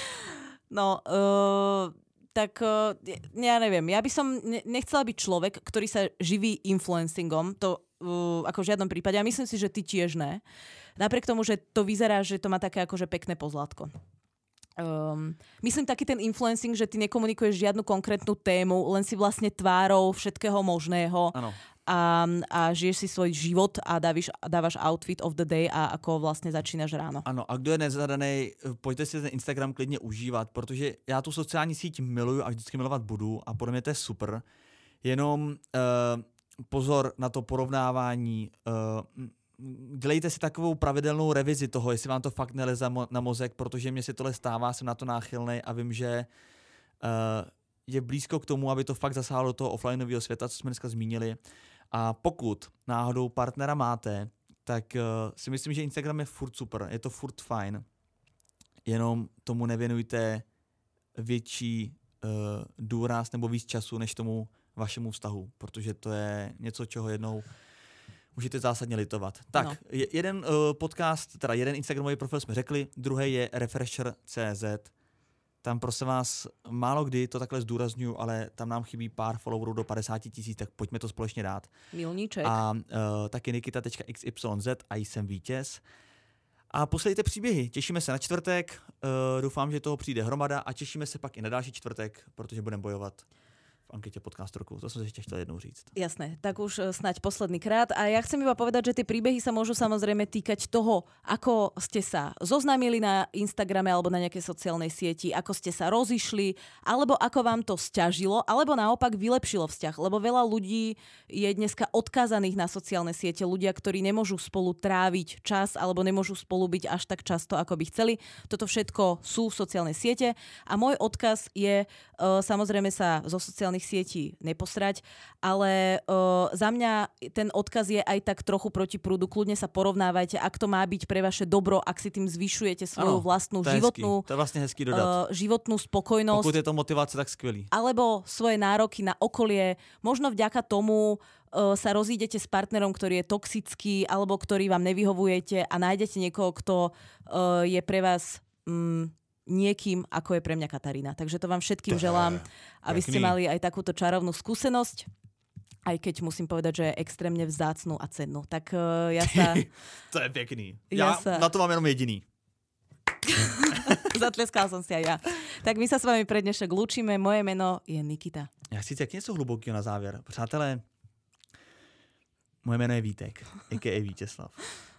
No, uh, tak uh, ja neviem. Ja by som nechcela byť človek, ktorý sa živí influencingom. To uh, ako v žiadnom prípade. A myslím si, že ty tiež ne. Napriek tomu, že to vyzerá, že to má také akože pekné pozlátko. Um, myslím taký ten influencing, že ty nekomunikuješ žiadnu konkrétnu tému, len si vlastne tvárou všetkého možného. Ano. A, a žiješ si svoj život a dávíš, dáváš outfit of the day a ako vlastně začínáš ráno. Ano, a kdo je nezadaný, pojďte si ten Instagram klidně užívat, protože já tu sociální síť miluju a vždycky milovat budu a podle mě to je super. Jenom uh, pozor na to porovnávání. Uh, dělejte si takovou pravidelnou revizi toho, jestli vám to fakt neleze na mozek, protože mě se tohle stává, jsem na to náchylnej a vím, že uh, je blízko k tomu, aby to fakt zasáhlo do toho offlineového světa, co jsme dneska zmínili. A pokud náhodou partnera máte, tak uh, si myslím, že Instagram je furt super, je to furt fajn. Jenom tomu nevěnujte větší uh, důraz nebo víc času než tomu vašemu vztahu, protože to je něco, čeho jednou můžete zásadně litovat. Tak, no. jeden uh, podcast, teda jeden Instagramový profil jsme řekli, druhý je refresher tečka cé zet. Tam prosím vás, málo kdy to takhle zdůrazňuju, ale tam nám chybí pár followerů do padesát tisíc, tak pojďme to společně dát. Milníček. A uh, taky nikita tečka iks ypsilon zet a jsem vítěz. A posledujte příběhy. Těšíme se na čtvrtek, uh, doufám, že toho přijde hromada a těšíme se pak i na další čtvrtek, protože budeme bojovat v ankete podcast roku. To som si ešte chtěl jednou říct. Jasné, tak už snáď posledný krát. A ja chcem iba povedať, že tie príbehy sa môžu samozrejme týkať toho, ako ste sa zoznámili na Instagrame alebo na nejakej sociálnej sieti, ako ste sa rozišli, alebo ako vám to sťažilo, alebo naopak vylepšilo vzťah. Lebo veľa ľudí je dneska odkázaných na sociálne siete. Ľudia, ktorí nemôžu spolu tráviť čas alebo nemôžu spolu byť až tak často, ako by chceli. Toto všetko sú sociálne siete. A môj odkaz je uh, samozrejme sa zo sociálnych sietí neposrať, ale uh, za mňa ten odkaz je aj tak trochu proti prúdu. Kľudne sa porovnávajte, ak to má byť pre vaše dobro, ak si tým zvyšujete svoju ano, vlastnú to životnú, to je vlastne hezký dodat. Uh, životnú spokojnosť. Pokud je to motivácia, tak skvelý. Alebo svoje nároky na okolie. Možno vďaka tomu uh, sa rozídete s partnerom, ktorý je toxický, alebo ktorý vám nevyhovujete a nájdete niekoho, kto uh, je pre vás... Um, niekým, ako je pre mňa Katarína. Takže to vám všetkým želám, aby ste mali aj takúto čarovnú skúsenosť, aj keď musím povedať, že je extrémne vzácnú a cennú. Tak uh, ja sa... To je pekný. Ja, ja sa... na to mám jenom jediný. Zatleskala som si aj ja. Tak my sa s vami pre dnešok lúčime. Moje meno je Nikita. Já chci říct něco hlubokého na závěr. Přátelé, moje jméno je Vítek, a ká a Vítězslav.